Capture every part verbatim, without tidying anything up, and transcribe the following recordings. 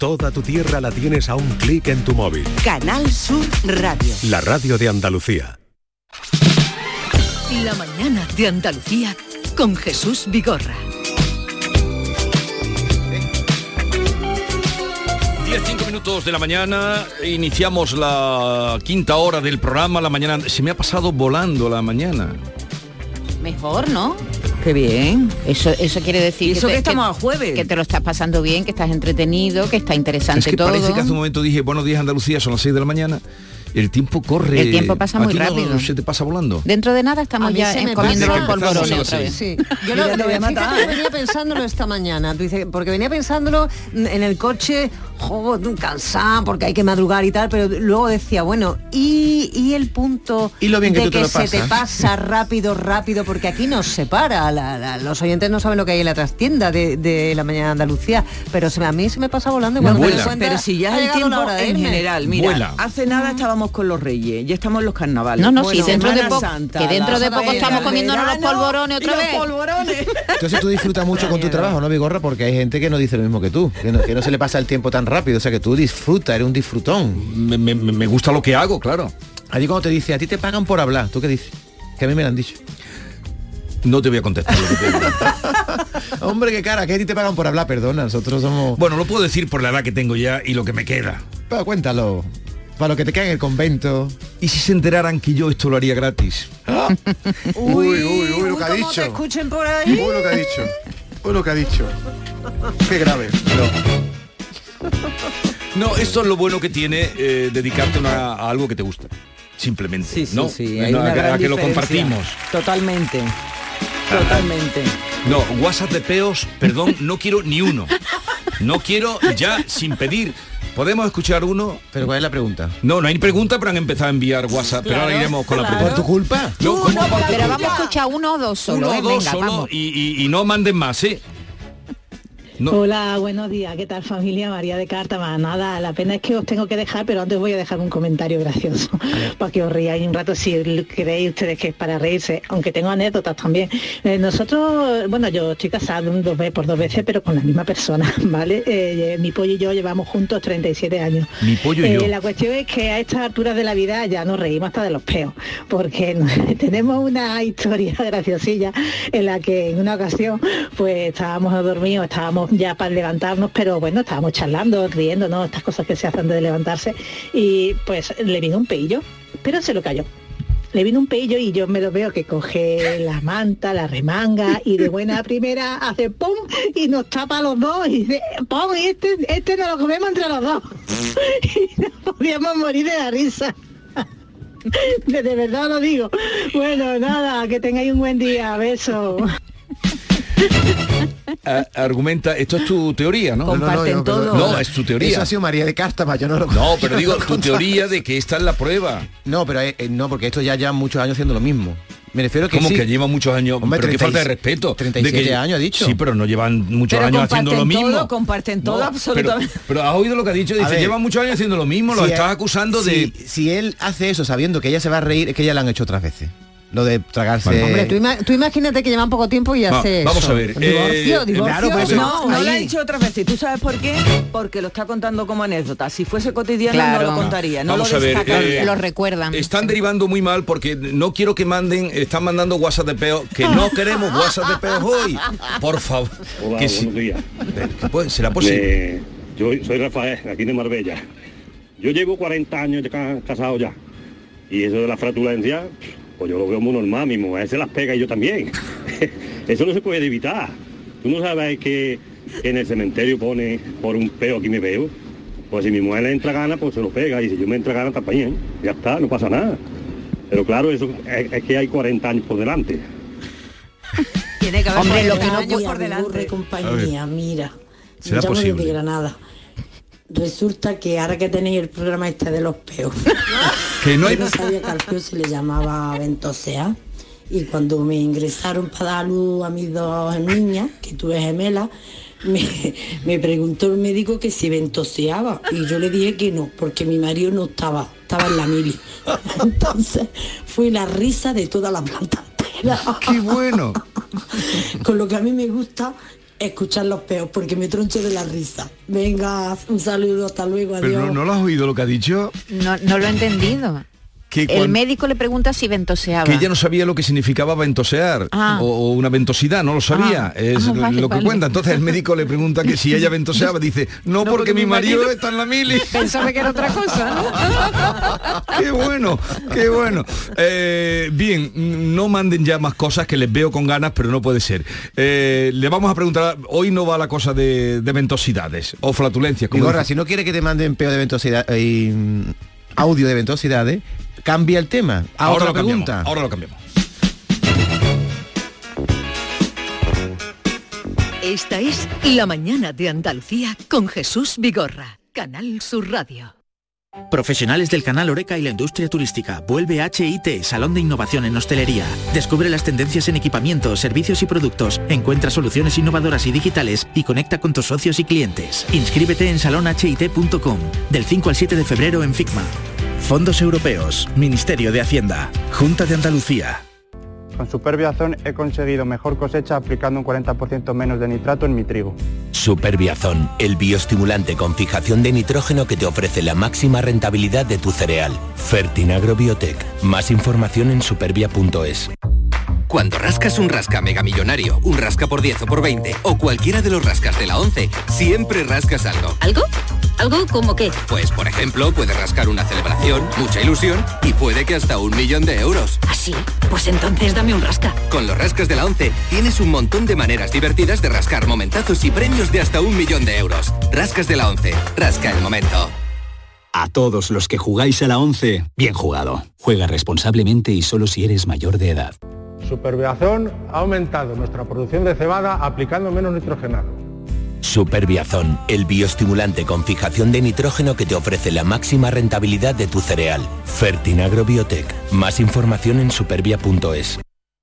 Toda tu tierra la tienes a un clic en tu móvil. Canal Sur Radio. La radio de Andalucía. La mañana de Andalucía con Jesús Vigorra. diez, cinco minutos de la mañana, iniciamos la quinta hora del programa. La mañana, se me ha pasado volando la mañana. Mejor, ¿no? Qué bien. Eso, eso quiere decir ¿Y eso que, que te, estamos que, a jueves? que te lo estás pasando bien, que estás entretenido, que está interesante es que todo. Parece que hace un momento dije, buenos días Andalucía, son las seis de la mañana. El tiempo corre. El tiempo pasa muy Aquí no, rápido. se te pasa volando. Dentro de nada estamos ya comiendo los polvorones otra vez. Sí. Yo lo, lo, fíjate, venía pensándolo esta mañana, tú dices, porque venía pensándolo en el coche, jo, cansado, porque hay que madrugar y tal, pero luego decía, bueno, y, y el punto ¿Y lo bien que de tú te que lo se te pasas? pasa rápido, rápido, porque aquí nos separa, la, la, los oyentes no saben lo que hay en la trastienda de, de la mañana de Andalucía, pero se me, a mí se me pasa volando y No, cuando me pero, doy cuenta, pero si ya ha es el llegado la tiempo hora de en irme. general, mira, Vuela. hace nada estábamos con los Reyes, ya estamos en los carnavales. No, no, Bueno, sí, dentro de Semana poco, Santa, que dentro la de poco Santa estamos Cena, comiéndonos los verano polvorones otra y vez. Los polvorones. Entonces tú disfrutas mucho con tu trabajo, ¿no, Vigorra? Porque hay gente que no dice lo mismo que tú, que no, que no se le pasa el tiempo tan rápido, o sea que tú disfrutas, eres un disfrutón. Me, me, me gusta lo que hago, claro. Allí cuando te dice, a ti te pagan por hablar, ¿tú qué dices? Que a mí me lo han dicho. No te voy a contestar lo que te digo. Hombre, qué cara, que a ti te pagan por hablar, perdona, nosotros somos... Bueno, lo puedo decir por la edad que tengo ya y lo que me queda. Pero cuéntalo, para lo que te queda en el convento. ¿Y si se enteraran que yo esto lo haría gratis? Uy, uy, uy, lo que ha ¿cómo dicho. te escuchen por ahí? Uy, lo que ha dicho. Uy, lo que ha dicho. Qué grave. No, esto es lo bueno que tiene eh, dedicarte una- a algo que te gusta. Simplemente, Sí, sí, ¿no? sí, hay No, una a, que- a gran que lo diferencia. compartimos. Totalmente. Totalmente. No, WhatsApp de peos, perdón, no quiero ni uno. No quiero ya sin pedir. ¿Podemos escuchar uno? Pero ¿cuál es la pregunta? No, no hay pregunta, pero han empezado a enviar WhatsApp. Pero ahora iremos con la ¿Por pregunta. tu culpa? No, ¿cómo por tu Pero culpa? vamos a escuchar uno o dos solo, Uno ¿eh? o dos Venga, solo vamos. y, y- y no manden más, ¿eh? No. Hola, buenos días, ¿qué tal familia? María de Cártama. Nada, la pena es que os tengo que dejar, pero antes voy a dejar un comentario gracioso para que os ríais un rato si creéis ustedes que es para reírse, aunque tengo anécdotas también. Eh, nosotros, bueno, yo estoy casada dos veces por dos veces, pero con la misma persona, ¿vale? Eh, mi pollo y yo llevamos juntos treinta y siete años. Mi pollo y Eh, yo. La cuestión es que a estas alturas de la vida ya nos reímos hasta de los peos, porque tenemos una historia graciosilla en la que en una ocasión pues estábamos dormidos, estábamos ya para levantarnos, pero bueno, estábamos charlando, riendo, ¿no? Estas cosas que se hacen de levantarse, y pues le vino un peillo, pero se lo cayó. Le vino un peillo y yo me lo veo que coge la manta, la remanga y de buena primera hace pum y nos tapa a los dos y dice, pum, y este, este nos lo comemos entre los dos. Y nos podíamos morir de la risa. De, de verdad lo digo. Bueno, nada, que tengáis un buen día. Besos. A- argumenta, esto es tu teoría, ¿no? Comparten yo- todo. No, es tu teoría. Eso ha sido María de Cártama, yo no lo... No, pero digo, yo no tu lo teoría de que esta es la prueba. No, pero eh, eh, no, porque esto ya lleva muchos años haciendo lo mismo. Me refiero que Como sí. que lleva muchos años, Hombre, pero qué treinta y- falta de respeto. treinta y siete de que- años, ha dicho. Sí, pero no llevan muchos Pero años haciendo lo comparten mismo. todo, comparten todo, No, absolutamente. Pero, pero has oído lo que ha dicho, A dice, ver, llevan muchos años haciendo lo mismo, lo Si estás él- acusando si, de... Si él hace eso sabiendo que ella se va a reír, es que ya lo han hecho otras veces. Lo de tragarse... Vale. Hombre, tú, ima- tú imagínate que llevan poco tiempo y Va, hace vamos eso. a ver, Divorcio, eh, divorcio. claro, por eso- No, no lo ha Ahí. dicho otras veces. ¿Tú sabes por qué? Porque lo está contando como anécdota. Si fuese cotidiano Claro. no lo contaría, no Vamos lo a ver, destacaría. eh, Lo recuerdan. Están derivando muy mal porque no quiero que manden, están mandando WhatsApp de peo, que no queremos WhatsApp de peos hoy. Por favor. Hola, que sí. buenos días. ¿Qué puede- ¿Será posible? Eh, yo soy Rafael, aquí de Marbella. Yo llevo cuarenta años de ca- casado ya. Y eso de la flatulencia, pues yo lo veo muy normal. Mi mujer se las pega y yo también. Eso no se puede evitar. Tú no sabes que, que en el cementerio pone por un peo aquí me veo. Pues si mi mujer le entra gana, pues se lo pega. Y si yo me entra gana, también. Ya está, no pasa nada. Pero claro, eso es, es que hay cuarenta años por delante. Tiene que haber Hombre, lo que no años puede- por delante. compañía, mira, ¿Será me llamo posible? desde Granada. Resulta que ahora que tenéis el programa este de los peos, Que no yo hay... no sabía que al peo se le llamaba ventosea, y cuando me ingresaron para dar luz a mis dos niñas, que tuve gemelas, me, me preguntó el médico que si ventoseaba, y yo le dije que no, porque mi marido no estaba, estaba en la mili. Entonces fui la risa de toda la planta entera. ¡Qué bueno! Con lo que a mí me gusta escuchar los peos porque me troncho de la risa. Venga, un saludo, hasta luego, adiós. Pero no, ¿no lo has oído lo que ha dicho? No, no lo he entendido. Que El cuan- médico le pregunta si ventoseaba. Que ella no sabía lo que significaba ventosear Ah. o, o una ventosidad, no lo sabía. Ah. Es Ah, vale, lo que vale. cuenta. Entonces el médico le pregunta que si ella ventoseaba, dice, no, No, porque, mi marido está en la mili. Pensaba que era otra cosa, ¿no? Qué bueno, qué bueno. Eh, bien, no manden ya más cosas que les veo con ganas, pero no puede ser. Eh, le vamos a preguntar, hoy no va la cosa de, de ventosidades o flatulencias. como Vigorra, dice. si no quiere que te manden peo de ventosidad y mm, audio de ventosidades, cambia el tema. A Ahora otra lo cambiamos, pregunta. ahora lo cambiamos. Esta es La Mañana de Andalucía con Jesús Vigorra, Canal Sur Radio. Profesionales del canal Oreca y la industria turística. Vuelve H I T, Salón de Innovación en Hostelería. Descubre las tendencias en equipamientos, servicios y productos. Encuentra soluciones innovadoras y digitales y conecta con tus socios y clientes. Inscríbete en salon h i t punto com del cinco al siete de febrero en Figma. Fondos Europeos, Ministerio de Hacienda, Junta de Andalucía. Con Superbiazón he conseguido mejor cosecha aplicando un cuarenta por ciento menos de nitrato en mi trigo. Superbiazón, el bioestimulante con fijación de nitrógeno que te ofrece la máxima rentabilidad de tu cereal. Fertinagro Biotech. Más información en superbia punto es. Cuando rascas un rasca megamillonario, un rasca por diez o por veinte, o cualquiera de los rascas de la once, siempre rascas algo. ¿Algo? ¿Algo como qué? Pues, por ejemplo, puedes rascar una celebración, mucha ilusión y puede que hasta un millón de euros. ¿Ah, sí? Pues entonces dame un rasca. Con los rascas de la once tienes un montón de maneras divertidas de rascar momentazos y premios de hasta un millón de euros. Rascas de la once. Rasca el momento. A todos los que jugáis a la once, bien jugado. Juega responsablemente y solo si eres mayor de edad. Superbiazón ha aumentado nuestra producción de cebada aplicando menos nitrogenado. Superbiazón, el bioestimulante con fijación de nitrógeno que te ofrece la máxima rentabilidad de tu cereal. Fertinagro Biotech. Más información en superbia punto es.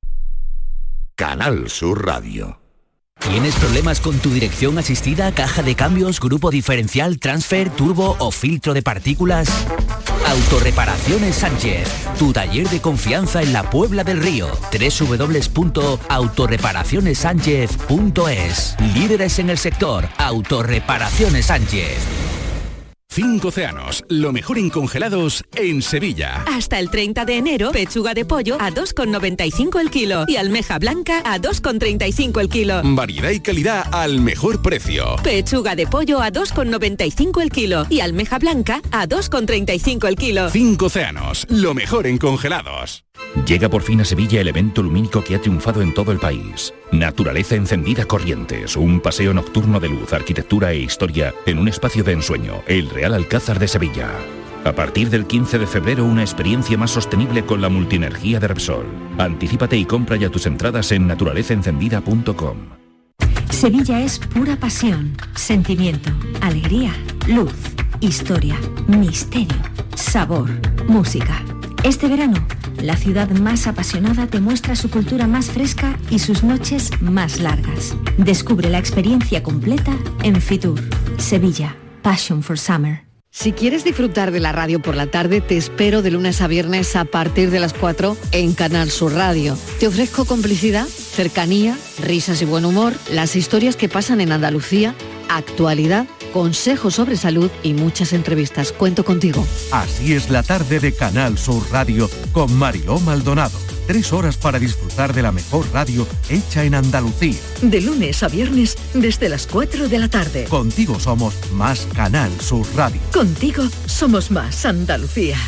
Canal Sur Radio. ¿Tienes problemas con tu dirección asistida, caja de cambios, grupo diferencial, transfer, turbo o filtro de partículas? Autorreparaciones Sánchez, tu taller de confianza en la Puebla del Río. doble u doble u doble u punto autorreparaciones sánchez punto es. Líderes en el sector, Autorreparaciones Sánchez. Cinco océanos, lo mejor en congelados en Sevilla. Hasta el treinta de enero, pechuga de pollo a dos con noventa y cinco el kilo y almeja blanca a dos con treinta y cinco el kilo. Variedad y calidad al mejor precio. Pechuga de pollo a dos con noventa y cinco el kilo y almeja blanca a dos con treinta y cinco el kilo. Cinco océanos, lo mejor en congelados. Llega por fin a Sevilla el evento lumínico que ha triunfado en todo el país. Naturaleza encendida Corrientes, un paseo nocturno de luz, arquitectura e historia en un espacio de ensueño, el Real Alcázar de Sevilla. A partir del quince de febrero, una experiencia más sostenible con la multienergía de Repsol. Anticípate y compra ya tus entradas en naturaleza encendida punto com. Sevilla es pura pasión, sentimiento, alegría, luz, historia, misterio, sabor, música. Este verano, la ciudad más apasionada te muestra su cultura más fresca y sus noches más largas. Descubre la experiencia completa en Fitur, Sevilla, Passion for Summer. Si quieres disfrutar de la radio por la tarde, te espero de lunes a viernes a partir de las cuatro en Canal Sur Radio. Te ofrezco complicidad, cercanía, risas y buen humor, las historias que pasan en Andalucía, actualidad, consejos sobre salud y muchas entrevistas. Cuento contigo. Así es la tarde de Canal Sur Radio con Mariló Maldonado. Tres horas para disfrutar de la mejor radio hecha en Andalucía. De lunes a viernes desde las cuatro de la tarde. Contigo somos más Canal Sur Radio. Contigo somos más Andalucía.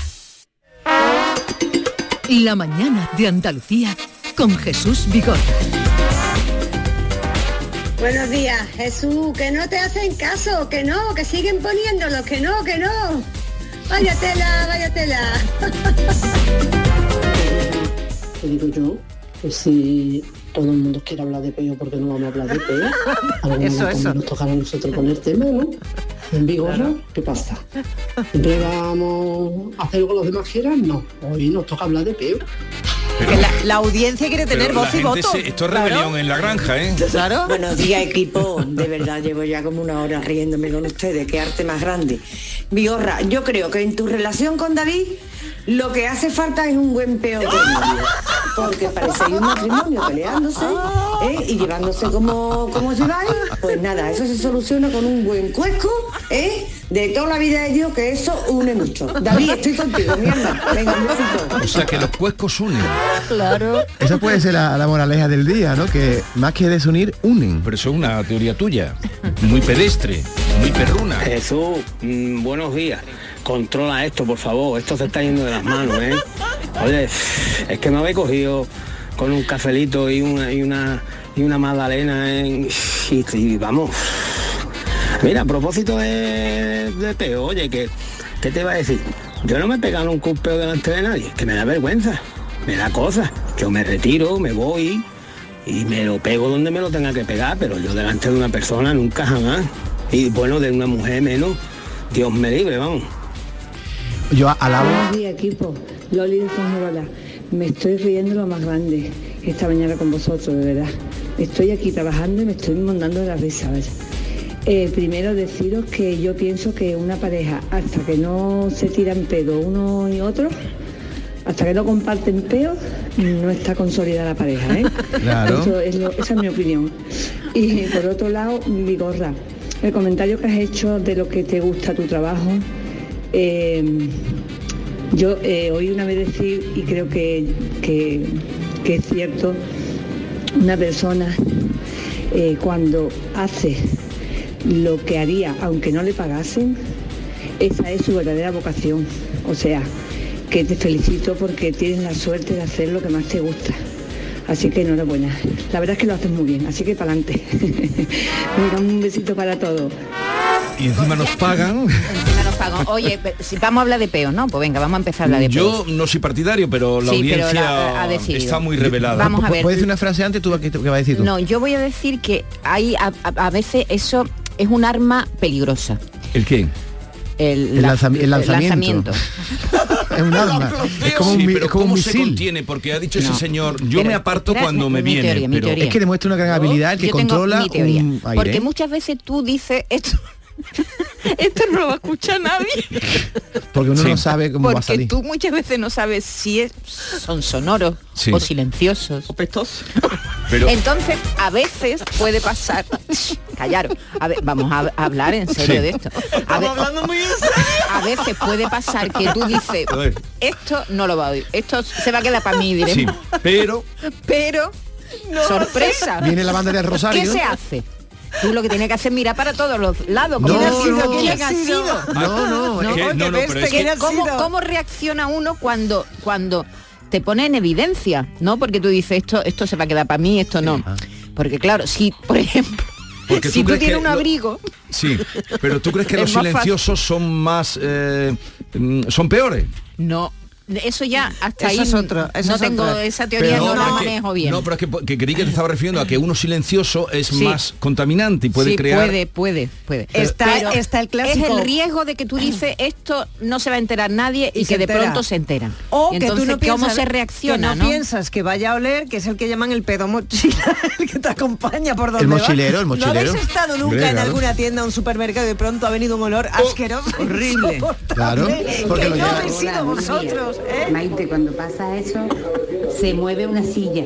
La mañana de Andalucía con Jesús Vigorra. Buenos días, Jesús, que no te hacen caso, que no, que siguen poniéndolo, que no, que no. Vaya tela, vaya tela. Te digo yo que si todo el mundo quiere hablar de peo, ¿por qué no vamos a hablar de peo? Algún Eso, momento eso. nos tocará a nosotros poner tema, ¿no? En Vigorra, ¿qué pasa? ¿Siempre vamos a hacer lo que los demás quieran? No, hoy nos toca hablar de peo. Que la, la audiencia quiere tener Pero la voz y gente voto. se- esto es rebelión en la granja, ¿eh? Claro. Buenos días, equipo. De verdad, llevo ya como una hora riéndome con ustedes. Qué arte más grande. Vigorra, yo creo que en tu relación con David lo que hace falta es un buen peo de novio. porque parecéis un matrimonio peleándose ¿eh? y llevándose como, como lleváis. Pues nada, eso se soluciona con un buen cuesco, ¿eh? de toda la vida de Dios, que eso une mucho. David, estoy contigo, mierda. Venga, un besito. O sea, que los cuescos unen. Claro. Esa puede ser la, la moraleja del día, ¿no? Que más que desunir, unen. Pero eso es una teoría tuya, muy pedestre, muy perruna. Jesús, mmm, buenos días. Controla esto, por favor, esto se está yendo de las manos, ¿eh? Oye, es que me habéis cogido con un cafelito y una y una y una magdalena en, y, y vamos. Mira, a propósito de, de peo, oye, que ¿qué te iba a decir? Yo no me he pegado un culpeo delante de nadie, que me da vergüenza, me da cosa. Yo me retiro, me voy y me lo pego donde me lo tenga que pegar, pero yo delante de una persona nunca jamás. Y bueno, de una mujer menos, Dios me libre, vamos. Yo alabo. Buenos días, equipo. Loli de Fonrola. Me estoy riendo lo más grande esta mañana con vosotros, de verdad. Estoy aquí trabajando y me estoy montando de la risa, vaya. Eh, primero deciros que yo pienso que una pareja, hasta que no se tiran pedo uno y otro, hasta que no comparten peos, no está consolidada la pareja, ¿eh? Claro. Eso es lo, esa es mi opinión. Y por otro lado, Vigorra, el comentario que has hecho de lo que te gusta tu trabajo, eh, yo eh, oí una vez decir, y creo que, que, que es cierto, una persona eh, cuando hace lo que haría aunque no le pagasen, esa es su verdadera vocación. O sea, que te felicito porque tienes la suerte de hacer lo que más te gusta. Así que enhorabuena. La verdad es que lo haces muy bien, así que para adelante. Mira, un besito para todos. Y encima nos pagan. Encima nos pagan. Oye, si vamos a hablar de peos, ¿no? Pues venga, vamos a empezar a hablar de peos. Yo no soy partidario, pero la Sí, audiencia pero la- ha decidido. está muy revelada. Vamos a ver. ¿Puedes decir una frase antes? ¿Tú qué, qué vas a decir tú? No, yo voy a decir que hay a, a- a veces eso es un arma peligrosa. ¿El qué? El, El la- lanzami- el lanzamiento. Es un arma. Es como un, Sí, mi- pero es como un ¿cómo se misil. contiene? Porque ha dicho ese No. señor, yo Pero- me aparto espera, cuando me mi viene. teoría, mi pero teoría. Es que demuestra una gran habilidad el que Yo tengo controla mi teoría. un aire. Porque muchas veces tú dices esto. Esto no lo va a escuchar nadie. Porque uno Sí. no sabe cómo va a Porque salir. tú muchas veces no sabes si es, son sonoros Sí. o silenciosos. O pestoso. Pero- Entonces, a veces puede pasar. Callaros. A ver, vamos a, a hablar en serio Sí. de esto. A, ve- hablando muy en serio. a veces puede pasar que tú dices, A ver. esto no lo va a oír. Esto se va a quedar para mí Sí, directo. pero Pero, sorpresa. Viene la banda del Rosario. ¿Qué se hace? Tú lo que tienes que hacer es mirar para todos los lados. No, ¿Quién ha no, sido? no. ¿Quién ha sido? No, no, es que- Oye, no, no, pero es que- ¿quién ha ¿Cómo, sido? cómo reacciona uno cuando cuando te pone en evidencia? ¿No? Porque tú dices, esto esto se va a quedar para mí, esto no. Porque claro, si, por ejemplo, Porque si tú tú crees tienes que un lo- abrigo, sí, pero ¿tú crees que Es los más fácil. silenciosos son más eh, mm, son peores? no. Eso ya hasta Eso ahí es otro, eso no es tengo otro. esa teoría, Pero no, la pero es que- manejo bien. No, pero es que, que creí que te estaba refiriendo a que uno silencioso es Sí. más contaminante y puede sí, crear. puede, puede, puede. Está- Pero está el clásico- Es el riesgo de que tú dices esto no se va a enterar nadie y, Y que se de entera. pronto se enteran. O Y que entonces, tú no ¿cómo piensas, se reacciona? que no, ¿no? piensas que vaya a oler, que es el que llaman el pedo mochila, el que te acompaña por donde El vas. mochilero, el mochilero. ¿No habéis estado nunca Hombre, en claro. alguna tienda, un supermercado y de pronto ha venido un olor asqueroso? horrible. insoportable, Claro, porque que lo no lleva- habéis sido vosotros, ¿eh? Maite, cuando pasa eso, se mueve una silla.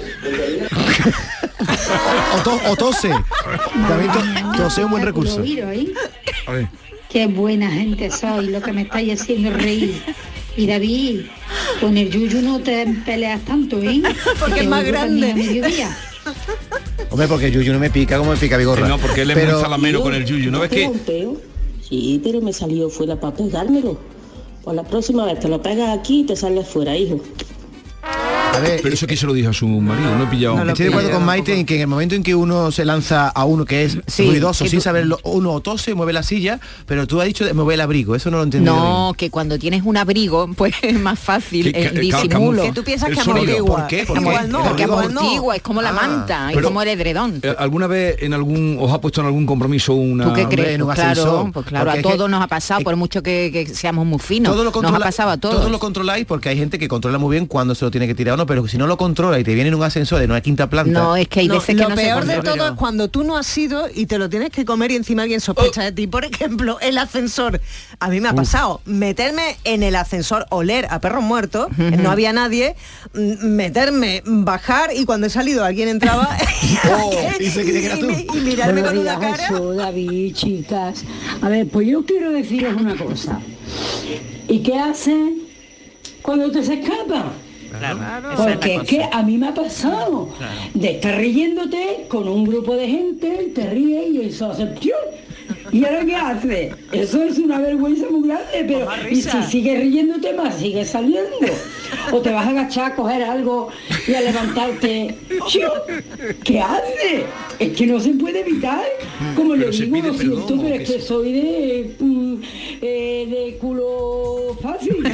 O, to- o tose. También to- tose es un buen recurso. A ver. Qué buena gente soy, lo que me estáis haciendo reír. Y David, con el yuyu no te peleas tanto, ¿eh? Porque Que es te más oigo también grande. a mediodía. Hombre, porque Yuyu no me pica como me pica Vigorra. Que no, porque él es Pero- muy salamero con el yuyu. ¿No ves que? un peo? Sí, pero me salió fuera para pegármelo. Pues la próxima vez te lo pegas aquí y te sales fuera, hijo. A ver, Pero eso que se lo dijo a su marido, no he pillado. No lo estoy de acuerdo pillo con Maite tampoco. en que en el momento en que uno se lanza a uno que es Sí, ruidoso que sin tú- saberlo, uno o tose, mueve la silla, pero tú has dicho de mover el abrigo, eso no lo entendí. No, que cuando tienes un abrigo, pues es más fácil Que- el que- ca- disimulo. camufla. Que tú piensas El que sonido. amortigua. ¿Por qué? Porque Igual no, Porque igual no. amortigua, es como la Ah, manta, es pero- como el edredón. Eh, ¿Alguna vez en algún os ha puesto en algún compromiso una? ¿Tú qué hombre, crees? en un Pues claro, ascensor, pues claro, porque a es que- todos nos ha pasado, eh, por mucho que, que seamos muy finos. Todo lo nos ha controla- pasado a todos. todo lo controláis porque hay gente que controla muy bien cuándo se lo tiene que tirar o no. no, pero si no lo controla y te viene en un ascensor de una quinta planta... No, es que hay No, veces que lo no se peor de controla. todo es cuando tú no has ido y te lo tienes que comer y encima alguien sospecha Oh. de ti. Por ejemplo, el ascensor. A mí me ha pasado meterme en el ascensor, oler a perro muerto, no había nadie, mm, meterme, bajar y cuando he salido alguien entraba y se cree que era tú. y, y mirarme Buenos con una días, cara. Jesús, David, chicas. A ver, pues yo quiero deciros una cosa. ¿Y qué hacen cuando te se escapa? Claro, Porque es que a mí me ha pasado de estar riéndote con un grupo de gente, te ríes y eso hace ¡pium! ¿Y ahora qué hace? Eso es una vergüenza muy grande, pero y si sigues riéndote más, sigues saliendo. O te vas a agachar a coger algo y a levantarte. ¡Pium! ¿Qué hace? Es que no se puede evitar. Como le digo, lo siento, pero es que soy de, mm, eh, de culo fácil.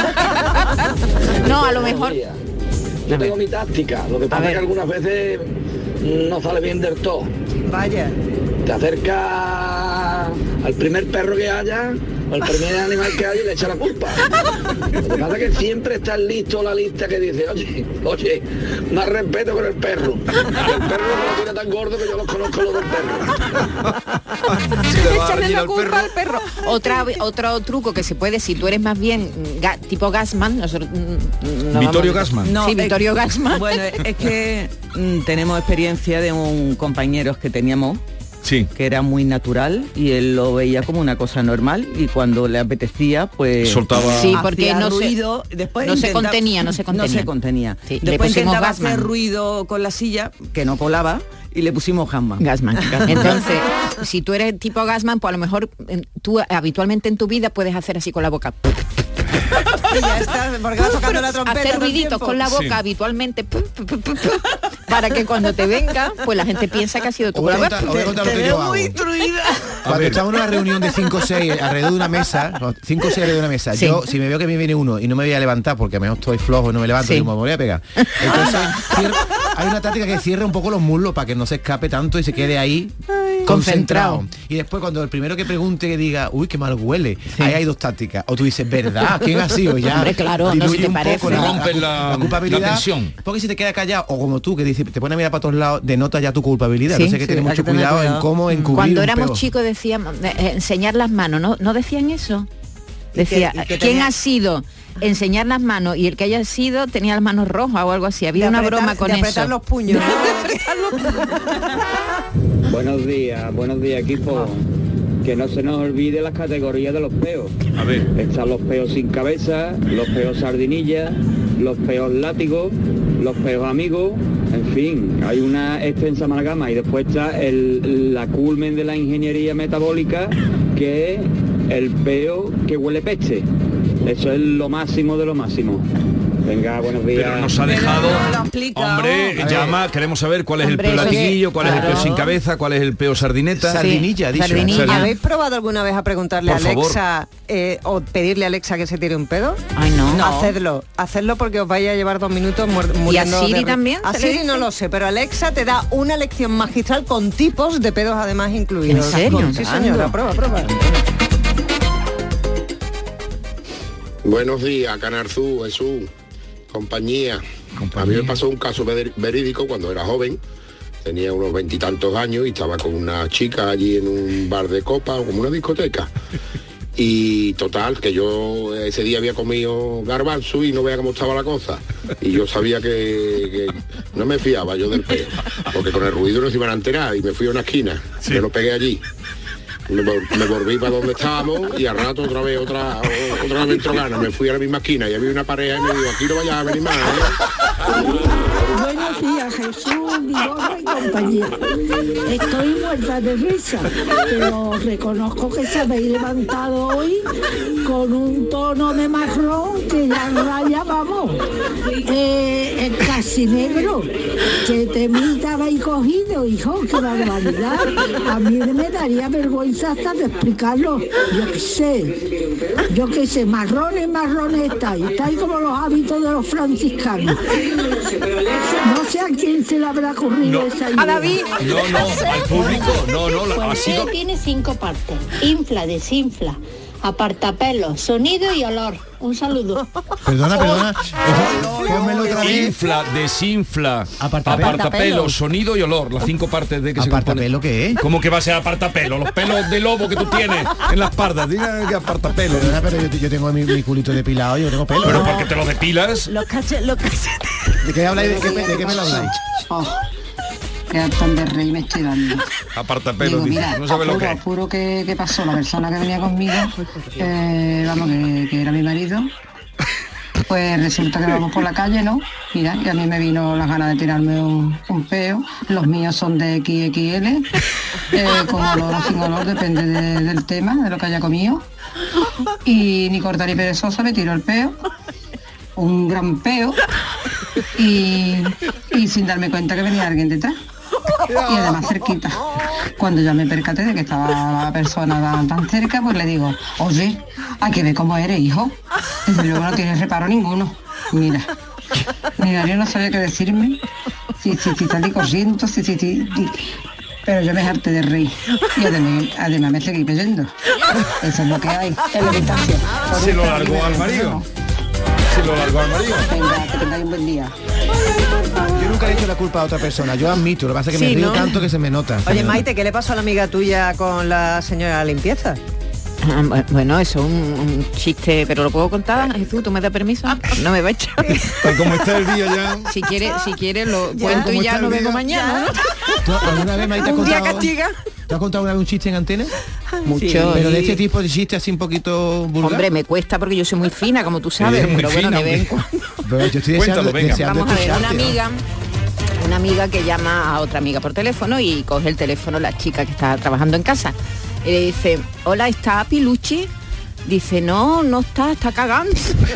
No, a lo mejor... Yo tengo mi táctica, lo que pasa es que algunas veces no sale bien del todo. Vaya. Te acerca al primer perro que haya, o al primer animal que haya y le echa la culpa. Lo que pasa es que siempre está listo la lista que dice, oye, oye, más respeto con el perro. El perro no lo tiene tan gordo que yo los conozco los del perro. Échale la culpa al perro. Otra, otro truco que se puede, si tú eres más bien ga, tipo Gassman, nosotros, no Vittorio vamos- Gassman. No, sí, es- Vittorio Gassman. Bueno, es que mm, tenemos experiencia de un compañero que teníamos, sí, que era muy natural y él lo veía como una cosa normal y cuando le apetecía, pues soltaba. Sí, porque hacía no se- ruido, después no se intentaba- contenía, no se contenía. No se contenía. Sí, le después pusimos intentaba Gassman. hacer ruido con la silla, que no colaba, y le pusimos Gassman. Gassman. Entonces, si tú eres tipo Gassman, pues a lo mejor en- tú habitualmente en tu vida puedes hacer así con la boca. Y ya está, porque vas tocando la trompeta Hacer todo el ruiditos tiempo. con la boca Sí. habitualmente pum, pum, pum, pum, pum, para que cuando te venga, pues la gente piensa que ha sido tu Os voy a boca. contar- os voy a contar lo que yo hago. Cuando estamos en una reunión de cinco o seis alrededor de una mesa, cinco o seis alrededor de una mesa, Sí. yo si me veo que me viene uno y no me voy a levantar porque a lo mejor estoy flojo y no me levanto, Sí. digo, me voy a pegar. Entonces cierro- hay una táctica que cierra un poco los muslos para que no se escape tanto y se quede ahí concentrado. concentrado. Y después cuando el primero que pregunte que diga, uy, qué mal huele, ahí hay dos tácticas. O tú dices, ¿verdad? ¿Quién ha sido? Ya Hombre, claro, no, diluye si te un parece. poco la, Rompen la- la culpabilidad. la tensión. Porque si te queda callado, o como tú, que dices, te pones a mirar para todos lados, denota ya tu culpabilidad. Sí, Entonces hay que sí, tener hay mucho que tener cuidado, cuidado. en cómo encubrir Cuando un éramos peo. chicos decíamos eh, eh, enseñar las manos, ¿no? ¿No decían eso? Decía, y que ¿quién tenía- ha sido? Enseñar las manos y el que haya sido tenía las manos rojas o algo así. Había De una apretar- broma con de eso. apretar los puños. Buenos días, buenos días equipo. Que no se nos olvide las categorías de los peos. A ver. Están los peos sin cabeza, los peos sardinilla, los peos látigos, los peos amigos, en fin, hay una extensa amalgama y después está el, la culmen de la ingeniería metabólica, que es el peo que huele peste. Eso es lo máximo de lo máximo. Venga, buenos días. Pero nos ha dejado, explica, hombre, oh. llama, queremos saber cuál es Hombre, el peo eso sí, latiguillo, cuál es el claro. peo sin cabeza, cuál es el peo sardineta. Sardinilla, ha dicho. sardinilla. Sardin- ¿Habéis probado alguna vez a preguntarle Por a Alexa eh, o pedirle a Alexa que se tire un pedo? Ay, no. No. Hacedlo, hacedlo porque os vaya a llevar dos minutos muer- muriendo. Siri de ri- también A se le Siri no dice? lo sé, pero Alexa te da una lección magistral con tipos de pedos además incluidos. ¿En serio? Sí, señora, Anda. prueba, prueba. Buenos días, Canarzú, Jesús, compañía. A mí me pasó un caso ver- verídico cuando era joven. Tenía unos veintitantos años y estaba con una chica allí en un bar de copa, o como una discoteca. Y total, que yo ese día había comido garbanzo y no vea cómo estaba la cosa. Y yo sabía que, que no me fiaba yo del peo, porque con el ruido no se iban a enterar y me fui a una esquina. Me lo pegué allí. Me, vol- me volví para donde estábamos y al rato otra vez otra o- otra vez me entró ganas. Me fui a la misma esquina y había una pareja y me dijo, aquí no vayas a venir más, ¿eh? Buenos días, Jesús, Vigorra y compañía. Estoy muerta de risa, pero reconozco que se habéis levantado hoy con un tono de marrón que ya raya, vamos. Eh, el casi negro, que temita habéis cogido, hijo, qué barbaridad. A mí me daría vergüenza hasta de explicarlo. Yo qué sé, yo qué sé, marrones, marrones estáis, estáis como los hábitos de los franciscanos. No sé a quién se le habrá ocurrido No. esa idea. A David. No, no, al público, no, no, Pues ha sido... tiene cinco partes. Infla, desinfla, Apartapelo, sonido y olor. Un saludo. Perdona, perdona. Pónmelo otra vez. Infla, desinfla, Apartapelo. apartapelo, sonido y olor. Las cinco partes de que se compone. ¿Apartapelo qué es? ¿Cómo que va a ser apartapelo? Los pelos de lobo que tú tienes en la espalda. Diga que apartapelo. Perdona, pero yo, yo tengo mi, mi culito depilado, yo tengo pelo. Pero porque te lo depilas. Los cachetes, los cachetes. ¿De qué habláis? ¿De qué, de qué me lo habláis? Oh, qué hartón de rey me estoy dando. Apartapelo, Digo, dice. mira, No sabe lo que es. Juro que, que pasó la persona que venía conmigo, eh, vamos, que, que era mi marido. Pues resulta que vamos por la calle, ¿no? Mira, y a mí me vino las ganas de tirarme un, un peo. Los míos son de equis equis ele, eh, con olor o sin olor, depende de- del tema, de lo que haya comido. Y ni corta ni perezosa me tiró el peo, un gran peo, y, y sin darme cuenta que venía alguien detrás. Y además cerquita. Cuando ya me percaté de que estaba la persona tan, tan cerca, pues le digo, oye, hay que ver cómo eres, hijo. Desde luego no tienes reparo ninguno. Mira, mira, yo no sabía qué decirme. Sí, sí, sí, salí corriendo, sí, sí, sí, sí. Pero yo me harté de reír. Y además, además me seguí cayendo. Eso es lo que hay en la distancia. Se lo largó al marido. Se lo largó al marido. Venga, que tengáis un buen día. Yo nunca le he hecho la culpa a otra persona, yo admito, lo que pasa es que Sí, me río ¿no? tanto que se me nota. se Oye, me Maite, ¿qué le pasó a la amiga tuya con la señora de la limpieza? Ah, bu- Bueno, eso es un, un chiste, pero lo puedo contar, Jesús, ¿tú me das permiso? No me va a echar. Tal como está el día ya. Si quieres, si quieres lo Ya. cuento ¿Cómo y ya está el no vengo día? mañana. ¿Tú alguna vez, Maite, has Un día contado, castiga. ¿tú has contado una vez un chiste en antena? Mucho. Pero de Sí. este tipo de chiste así un poquito vulgar. Hombre, me cuesta porque yo soy muy fina, como tú sabes, Eres muy pero bueno, fina, de vez en hombre. cuando. Pero yo estoy Cuéntalo, deseando, venga. deseando Vamos a ver, una escucharte, ¿no? amiga, una amiga que llama a otra amiga por teléfono y coge el teléfono la chica que está trabajando en casa. Y le dice, hola, ¿está Piluchi? Dice, no, no está, está cagando.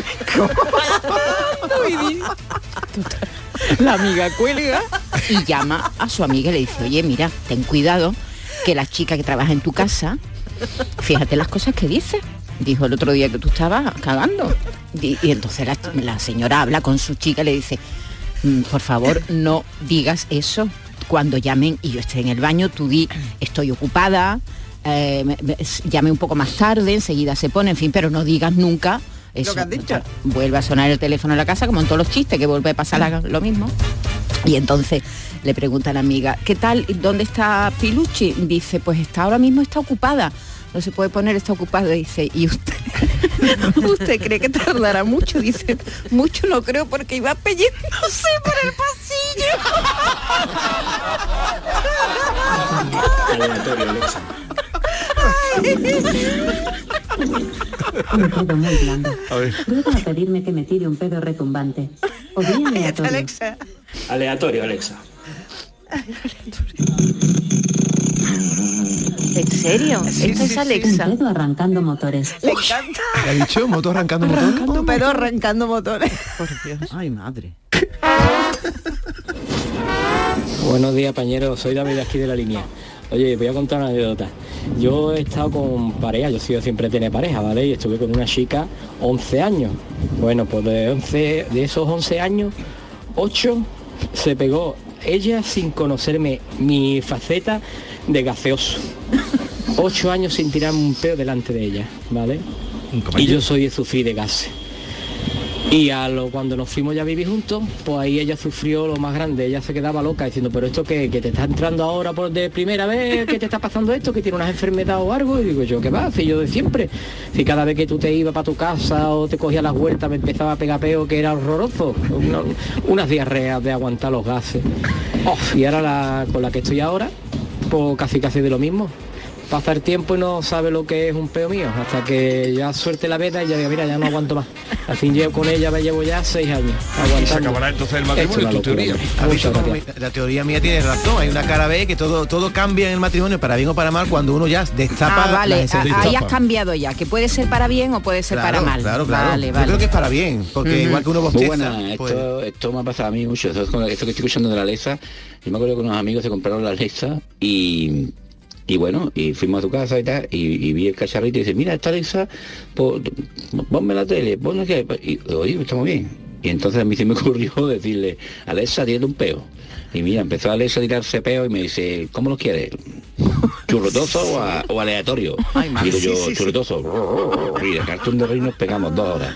La amiga cuelga y llama a su amiga y le dice, oye, mira, ten cuidado, que la chica que trabaja en tu casa, fíjate las cosas que dice. Dijo el otro día que tú estabas cagando. Y, y entonces la, la señora habla con su chica y le dice, "Mm, por favor, no digas eso. Cuando llamen y yo esté en el baño, tú di, estoy ocupada, eh, me- me- llame un poco más tarde, enseguida se pone, en fin, pero no digas nunca eso. Lo que has dicho. Vuelve a sonar el teléfono en la casa, como en todos los chistes, que vuelve a pasar la- lo mismo. Y entonces le pregunta a la amiga, ¿qué tal? ¿Dónde está Piluchi? Dice, pues está ahora mismo está ocupada. No se puede poner, está ocupada. Dice, ¿y usted? ¿Usted cree que tardará mucho? Dice, mucho no creo porque iba pellándose por el Aleatorio, Alexa. Un pedo muy blando. A ver. Prueba a pedirme que me tire un pedo retumbante. O bien aleatorio. Aleatorio, Alexa. ¿En serio? Esta es Alexa. Un pedo arrancando motores. Le encanta. ¿Qué ha dicho? ¿Moto arrancando motor? Un pedo arrancando motores. Por Dios. Ay, madre. Buenos días, pañero. Soy David de aquí de la línea. Oye, voy a contar una anécdota. Yo he estado con pareja, yo he sido siempre tener pareja, ¿vale? Y estuve con una chica once años. Bueno, pues de, once, de esos once años, ocho se pegó ella sin conocerme mi faceta de gaseoso. Ocho años sin tirarme un peo delante de ella, ¿vale? Y yo soy de sufrir de gases. Y a lo, cuando nos fuimos ya a vivir juntos, pues ahí ella sufrió lo más grande. Ella se quedaba loca diciendo, pero esto que, que te está entrando ahora por de primera vez, que te está pasando esto, que tiene unas enfermedades o algo. Y digo yo, ¿qué va? Si yo de siempre. Si cada vez que tú te ibas para tu casa o te cogías las vueltas me empezaba a pegar peo, que era horroroso. Una- unas diarreas de aguantar los gases. Oh, y ahora la, con la que estoy ahora, pues casi casi de lo mismo. Pasa el tiempo y no sabe lo que es un peo mío, hasta que ya suelte la veda y ya diga, mira, ya no aguanto más. Al fin llevo con ella, me llevo ya seis años aguantando. Y se acabará entonces el matrimonio, Esto es una tu locura, teoría. hombre. ¿Has Muchas visto cómo gracias. mi- la teoría mía tiene razón? Hay una cara B que todo todo cambia en el matrimonio, para bien o para mal, cuando uno ya destapa Ah, vale, la a- esencia. ahí has cambiado ya, que puede ser para bien o puede ser Claro, para mal. claro, claro. Vale, Yo vale. creo que es para bien, porque Ujú. igual que uno Muy bosteza, buena, pues- esto, esto me ha pasado a mí mucho, esto, es con- esto que estoy escuchando de la Alexa. Yo me acuerdo que unos amigos se compraron la Alexa y, y bueno, y fuimos a tu casa y tal, y, y vi el cacharrito y dice, mira, esta Alexa, pues, ponme la tele, ponme que... Y oye, está muy bien. Y entonces a mí se me ocurrió decirle, Alexa, tiene un peo. Y mira, empezó Alexa a tirarse peo y me dice, ¿cómo lo quieres? ¿Churrotoso o, a- o aleatorio? Ay, madre, Digo yo, sí, sí, sí. churrotoso. Y de cartón de rey nos pegamos dos horas.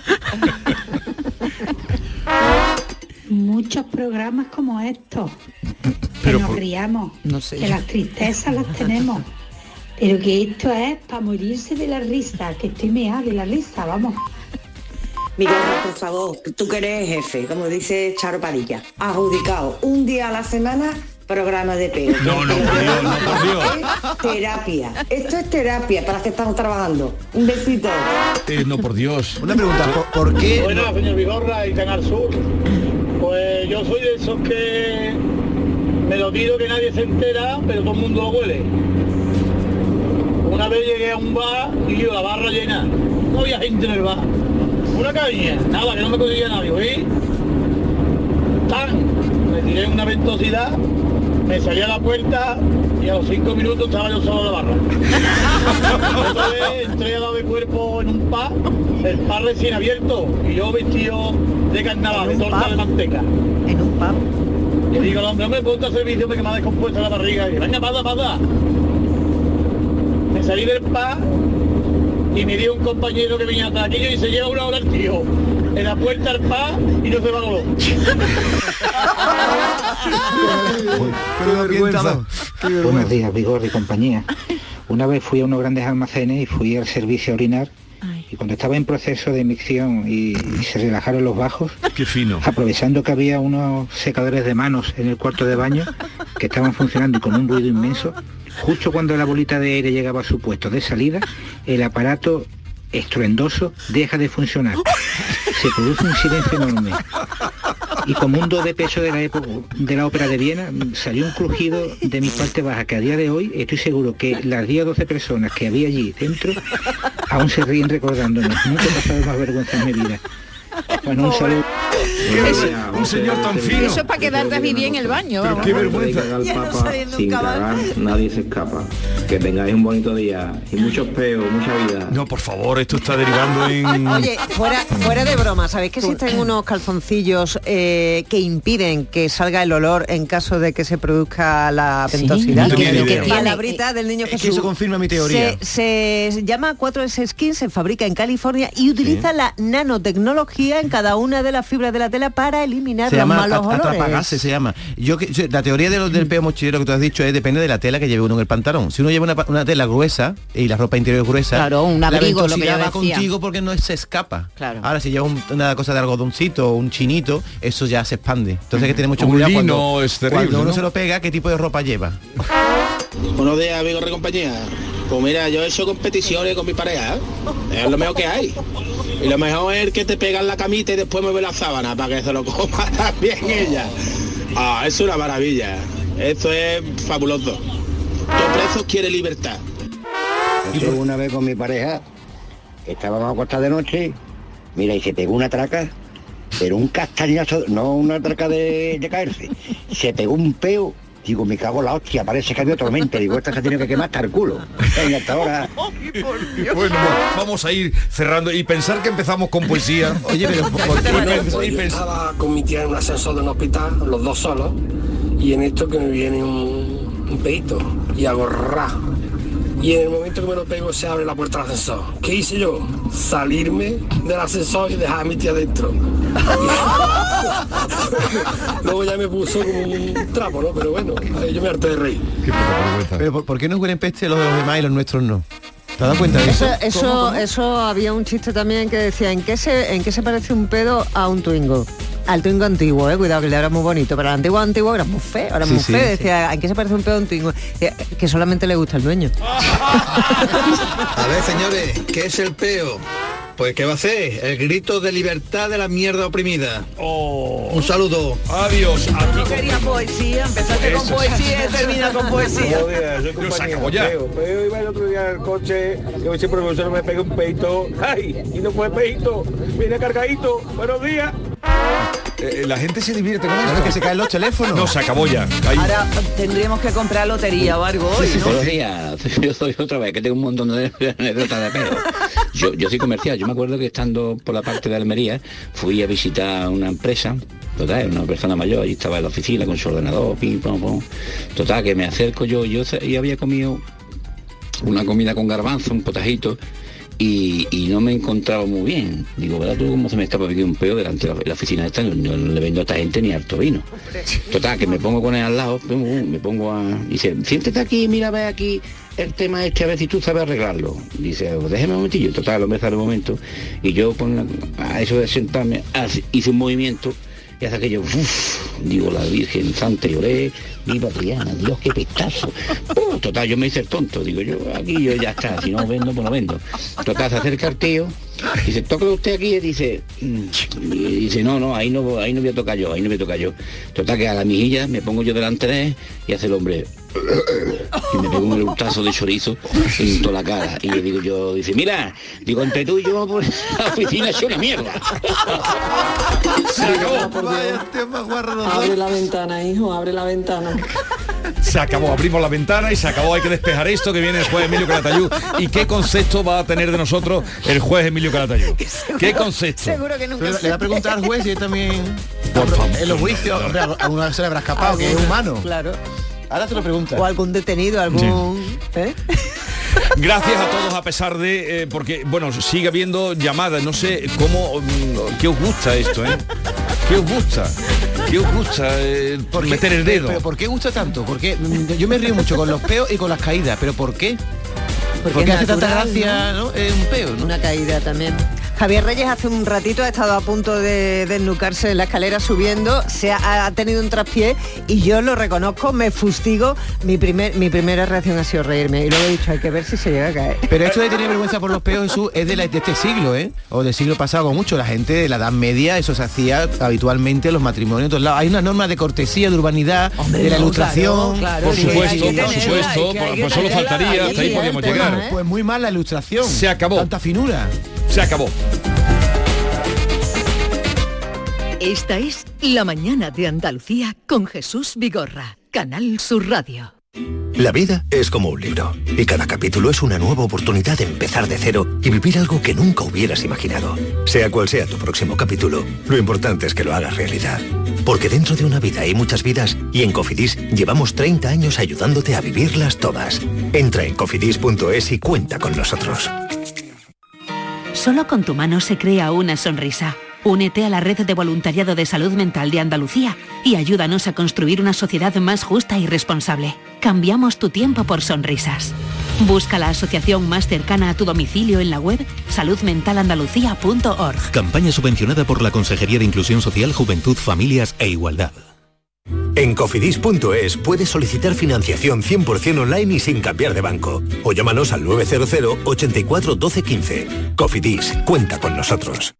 Muchos programas como estos, que Pero nos por- riamos, No sé que yo. las tristezas las tenemos, pero que esto es para morirse de la risa, que estoy mea de la risa, vamos. Mi gorra, por favor, tú que eres jefe, como dice Charo Padilla, adjudicado un día a la semana programa de peo. No, no, por Dios, no, por Dios. Es terapia. Esto es terapia para las que estamos trabajando. Un besito. Eh, no, por Dios. Una pregunta, ¿por, por qué? Buenas, señor Vigorra y Canal Sur. Pues yo soy de esos que me lo tiro que nadie se entera, pero todo el mundo lo huele. Una vez llegué a un bar y yo, la barra llena. No había gente en el bar. Una caña, nada, que no me conseguía nadie, ¿oí? ¡Tan! Me tiré una ventosidad, me salí a la puerta y a los cinco minutos estaba yo solo en la barra. Otra vez entré a lado de cuerpo en un pub, el pub recién abierto, y yo vestido de carnaval, de torta de manteca. En un pub. Le digo al hombre, hombre, ponte a servicio que me ha descompuesto la barriga. Y venga, pasa, pasa. Me salí del pub y me dio un compañero que venía atrás aquello y se lleva una hora el tío en la puerta del pub y no se va con Pero bien dado. Buenos días, Vigor y compañía. Una vez fui a unos grandes almacenes y fui al servicio a orinar. Y cuando estaba en proceso de micción y, y se relajaron los bajos, Qué fino. aprovechando que había unos secadores de manos en el cuarto de baño que estaban funcionando con un ruido inmenso, justo cuando la bolita de aire llegaba a su puesto de salida, el aparato estruendoso deja de funcionar. Se produce un silencio enorme. Y como un do de peso de la época de la ópera de Viena, salió un crujido de mi parte baja que a día de hoy estoy seguro que las diez o doce personas que había allí dentro aún se ríen recordándonos. Nunca he pasado más vergüenza en mi vida. Bueno, un saludo. Eso- Un señor tan fino. Eso es para quedarte a vivir en el baño, vamos. Qué vergüenza. Al Ya no Papa, saliendo un sin cabal. cagar, nadie se escapa. Que tengáis un bonito día y muchos peos, mucha vida. No, por favor, esto está derivando en... Oye, fuera, fuera de broma, ¿sabéis que existen unos calzoncillos eh, que impiden que salga el olor en caso de que se produzca la Sí, ventosidad? no tenía ni idea. Palabrita del niño Es que Jesús. eso confirma mi teoría. Se, se llama cuatro ese Skin, se fabrica en California y utiliza la nanotecnología en cada una de las fibras de la tela para eliminar Se los llama malos at- olores. atrapagases, se llama. Yo que yo- la teoría de los del peo mochilero que tú has dicho es depende de la tela que lleve uno en el pantalón. Si uno lleva una, pa- una tela gruesa y la ropa interior es gruesa, Claro, un la abrigo, lo que ventosidad yo va decía. contigo porque no se escapa. Claro. Ahora si lleva un- una cosa de algodoncito o un chinito, eso ya se expande. Entonces hay que tener mucho Un cuidado lino cuando, es terrible, cuando uno ¿no? se lo pega, qué tipo de ropa lleva. Buenos días, amigos de compañía. Pues mira, yo he hecho competiciones con mi pareja, ¿eh? Es lo mejor que hay. Y lo mejor es que te pegan la camita y después mueve la sábana para que se lo coma también ella. Ah, es una maravilla. Esto es fabuloso. Todo preso quiere libertad. Yo una vez con mi pareja, estábamos acostados de noche, mira, y se pegó una traca, pero un castañazo, no una traca de, de caerse, se pegó un peo, digo, me cago en la hostia, parece que había tormenta, digo, esta se ha tenido que quemar hasta el culo. Venga, hasta ahora. Bueno, vamos a ir cerrando y pensar que empezamos con poesía. Oye, pero ¿por qué? Pues yo estaba con mi tía en un ascensor de un hospital, los dos solos, y en esto que me viene un, un pedito y hago ra. Y en el momento que me lo pego se abre la puerta del ascensor. ¿Qué hice yo? Salirme del ascensor y dejar a mi tía dentro. Luego ya me puso como un trapo, ¿no? Pero bueno, yo me harté de reír. Pero ¿por, por qué nos huelen peste los de los demás y los nuestros no? ¿Te has dado cuenta de eso? Eso, eso, eso había un chiste también que decía, ¿en qué se, en qué se parece un pedo a un Twingo? Al Twingo antiguo, eh, cuidado que el de ahora es muy bonito, pero el antiguo antiguo era muy feo, era Sí, muy sí, feo, sí. decía, ¿en qué se parece un pedo a un Twingo? Decía, que solamente le gusta el dueño. A ver, señores, ¿qué es el peo? Pues ¿qué va a hacer? El grito de libertad de la mierda oprimida. Un saludo. Adiós. No quería poesía, empezaste con poesía y termina con poesía. Se acabó ya. Pero iba el otro día en el coche, yo ese profesor me pega un peito. ¡Ay! Y no fue peito, viene cargadito. Buenos días. Eh, la gente se divierte con esto. Claro, que se caen los teléfonos. No, se acabó ya. Ahí. Ahora tendríamos que comprar lotería o algo hoy, ¿no? Buenos días, yo soy otra vez, que tengo un montón de anécdotas de pelo. Yo, yo soy comercial, yo me acuerdo que estando por la parte de Almería, fui a visitar una empresa, total, una persona mayor, allí estaba en la oficina con su ordenador, pim, pam, pam. Total, que me acerco yo, yo y había comido una comida con garbanzo, un potajito, y, y no me encontraba muy bien. Digo, ¿verdad tú cómo se me escapa aquí un peo delante de la, la oficina esta? No, no le vendo a esta gente ni harto vino. Total, que me pongo con él al lado, me pongo a... Dice, siéntate aquí, mira, ve aquí el tema este, a ver si tú sabes arreglarlo. Dice, déjeme un momentillo. Total, el hombre sale un momento, y yo con a eso de sentarme, hice un movimiento, y hasta que yo, uff, digo, la Virgen Santa, lloré, viva Triana, Dios, qué pestazo. Uh, total, yo me hice el tonto, digo, yo aquí yo ya está, si no vendo, pues no vendo. Total, se acerca el tío, dice, tócalo usted aquí, y dice, mm, y dice, no, no, ahí no, ahí no voy a tocar yo, ahí no voy a tocar yo. Total, que a la mijilla me pongo yo delante de él, y hace el hombre, y me pego un eructazo de chorizo en toda la cara. Y le digo yo, dice, mira, digo, entre tú y yo, pues, la oficina es una mierda. Se acabó. Abre la ventana, hijo, abre la ventana. Se acabó, abrimos la ventana y se acabó, hay que despejar esto, que viene el juez Emilio Calatayud. ¿Y qué concepto va a tener de nosotros el juez Emilio Calatayud? ¿Qué concepto? Seguro que nunca. Pero le va a preguntar al juez y él también... Por favor. En los juicios, hombre, a una vez se le habrá escapado, que es humano. Claro. Ahora te lo pregunta. O algún detenido, algún... Sí. ¿Eh? Gracias a todos, a pesar de... Eh, porque, bueno, sigue habiendo llamadas. No sé cómo... ¿Qué os gusta esto, eh? ¿Qué os gusta? ¿Qué os gusta eh, por meter el dedo? ¿Pero por qué gusta tanto? Porque yo me río mucho con los peos y con las caídas. ¿Pero por qué? Porque, Porque hace natural, tanta gracia, ¿no? ¿no? Eh, un peo, ¿no? Una caída también. Javier Reyes hace un ratito ha estado a punto de desnucarse en la escalera subiendo, se ha, ha tenido un traspié y yo lo reconozco, me fustigo. Mi primer mi primera reacción ha sido reírme y luego he dicho, hay que ver si se llega a caer. Pero esto de tener vergüenza por los peos, Jesús, es de, la, de este siglo, ¿eh? O del siglo pasado, con mucho. La gente de la Edad Media, eso se hacía habitualmente en los matrimonios de todos lados. Hay una norma de cortesía, de urbanidad, Hombre, de la no, ilustración. Claro, claro, por supuesto, por tenerla, supuesto, que, pues solo faltaría, hasta ahí podíamos pues, llegar. Pues muy mal la ilustración. Se acabó. Tanta finura. Se acabó. Esta es La Mañana de Andalucía con Jesús Vigorra, Canal Sur Radio. La vida es como un libro y cada capítulo es una nueva oportunidad de empezar de cero y vivir algo que nunca hubieras imaginado. Sea cual sea tu próximo capítulo, lo importante es que lo hagas realidad. Porque dentro de una vida hay muchas vidas y en Cofidis llevamos treinta años ayudándote a vivirlas todas. Entra en cofidis punto es y cuenta con nosotros. Solo con tu mano se crea una sonrisa. Únete a la red de voluntariado de salud mental de Andalucía y ayúdanos a construir una sociedad más justa y responsable. Cambiamos tu tiempo por sonrisas. Busca la asociación más cercana a tu domicilio en la web salud mental andalucía punto org. Campaña subvencionada por la Consejería de Inclusión Social, Juventud, Familias e Igualdad. En cofidis punto es puedes solicitar financiación cien por ciento online y sin cambiar de banco. O llámanos al nueve cero cero, ochenta y cuatro, doce, quince. Cofidis, cuenta con nosotros.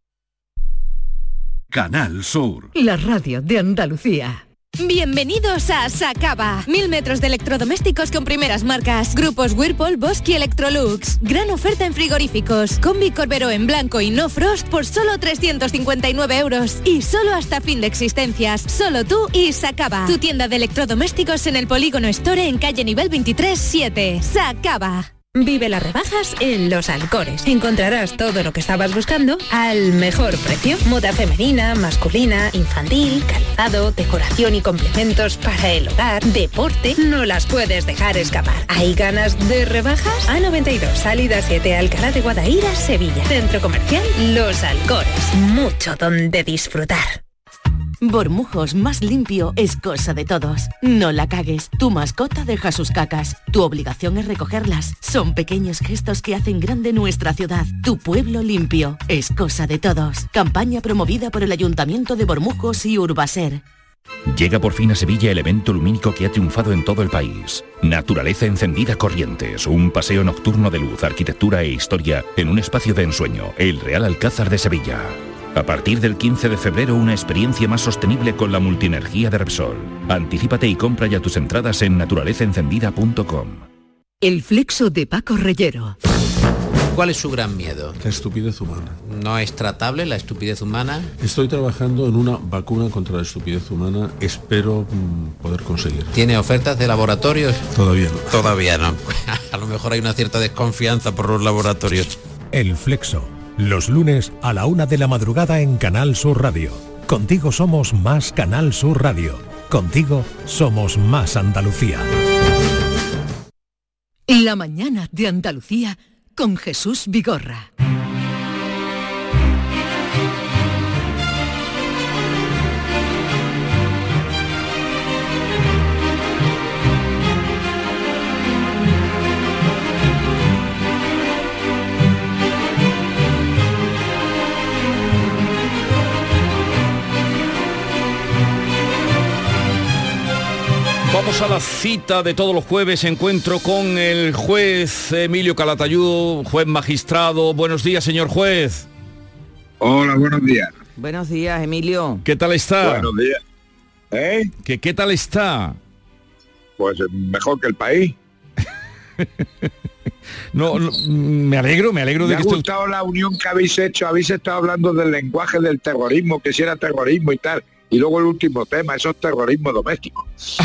Canal Sur. La radio de Andalucía. Bienvenidos a Sacaba. Mil metros de electrodomésticos con primeras marcas. Grupos Whirlpool, Bosch y Electrolux. Gran oferta en frigoríficos. Combi Corberó en blanco y no frost por solo trescientos cincuenta y nueve euros. Y solo hasta fin de existencias. Solo tú y Sacaba. Tu tienda de electrodomésticos en el Polígono Store en calle nivel veintitrés siete. Sacaba. Vive las rebajas en Los Alcores. Encontrarás todo lo que estabas buscando al mejor precio. Moda femenina, masculina, infantil, calzado, decoración y complementos para el hogar, deporte. No las puedes dejar escapar. ¿Hay ganas de rebajas? A noventa y dos, salida siete, Alcalá de Guadaira, Sevilla. Centro Comercial Los Alcores. Mucho donde disfrutar. Bormujos más limpio es cosa de todos. No la cagues. Tu mascota deja sus cacas. Tu obligación es recogerlas. Son pequeños gestos que hacen grande nuestra ciudad. Tu pueblo limpio es cosa de todos. Campaña promovida por el Ayuntamiento de Bormujos y Urbaser. Llega por fin a Sevilla el evento lumínico que ha triunfado en todo el país. Naturaleza encendida Corrientes, un paseo nocturno de luz, arquitectura e historia en un espacio de ensueño, el Real Alcázar de Sevilla. A partir del quince de febrero, una experiencia más sostenible con la multienergía de Repsol. Anticípate y compra ya tus entradas en naturaleza encendida punto com. El flexo de Paco Reyero. ¿Cuál es su gran miedo? La estupidez humana. ¿No es tratable la estupidez humana? Estoy trabajando en una vacuna contra la estupidez humana. Espero mmm, poder conseguir. ¿Tiene ofertas de laboratorios? Todavía no. Todavía no. A lo mejor hay una cierta desconfianza por los laboratorios. El Flexo, los lunes a la una de la madrugada en Canal Sur Radio. Contigo somos más Canal Sur Radio. Contigo somos más Andalucía. La mañana de Andalucía con Jesús Vigorra. Vamos a la cita de todos los jueves, encuentro con el juez Emilio Calatayud, juez magistrado. Buenos días, señor juez. Hola, buenos días. Buenos días, Emilio. ¿Qué tal está? Buenos días. ¿Eh? ¿Qué, qué tal está? Pues mejor que el país. No, no, me alegro, me alegro me de ha que gustado esto... la unión que habéis hecho. Habéis estado hablando del lenguaje del terrorismo, que si era terrorismo y tal. Y luego el último tema, eso es terrorismo doméstico.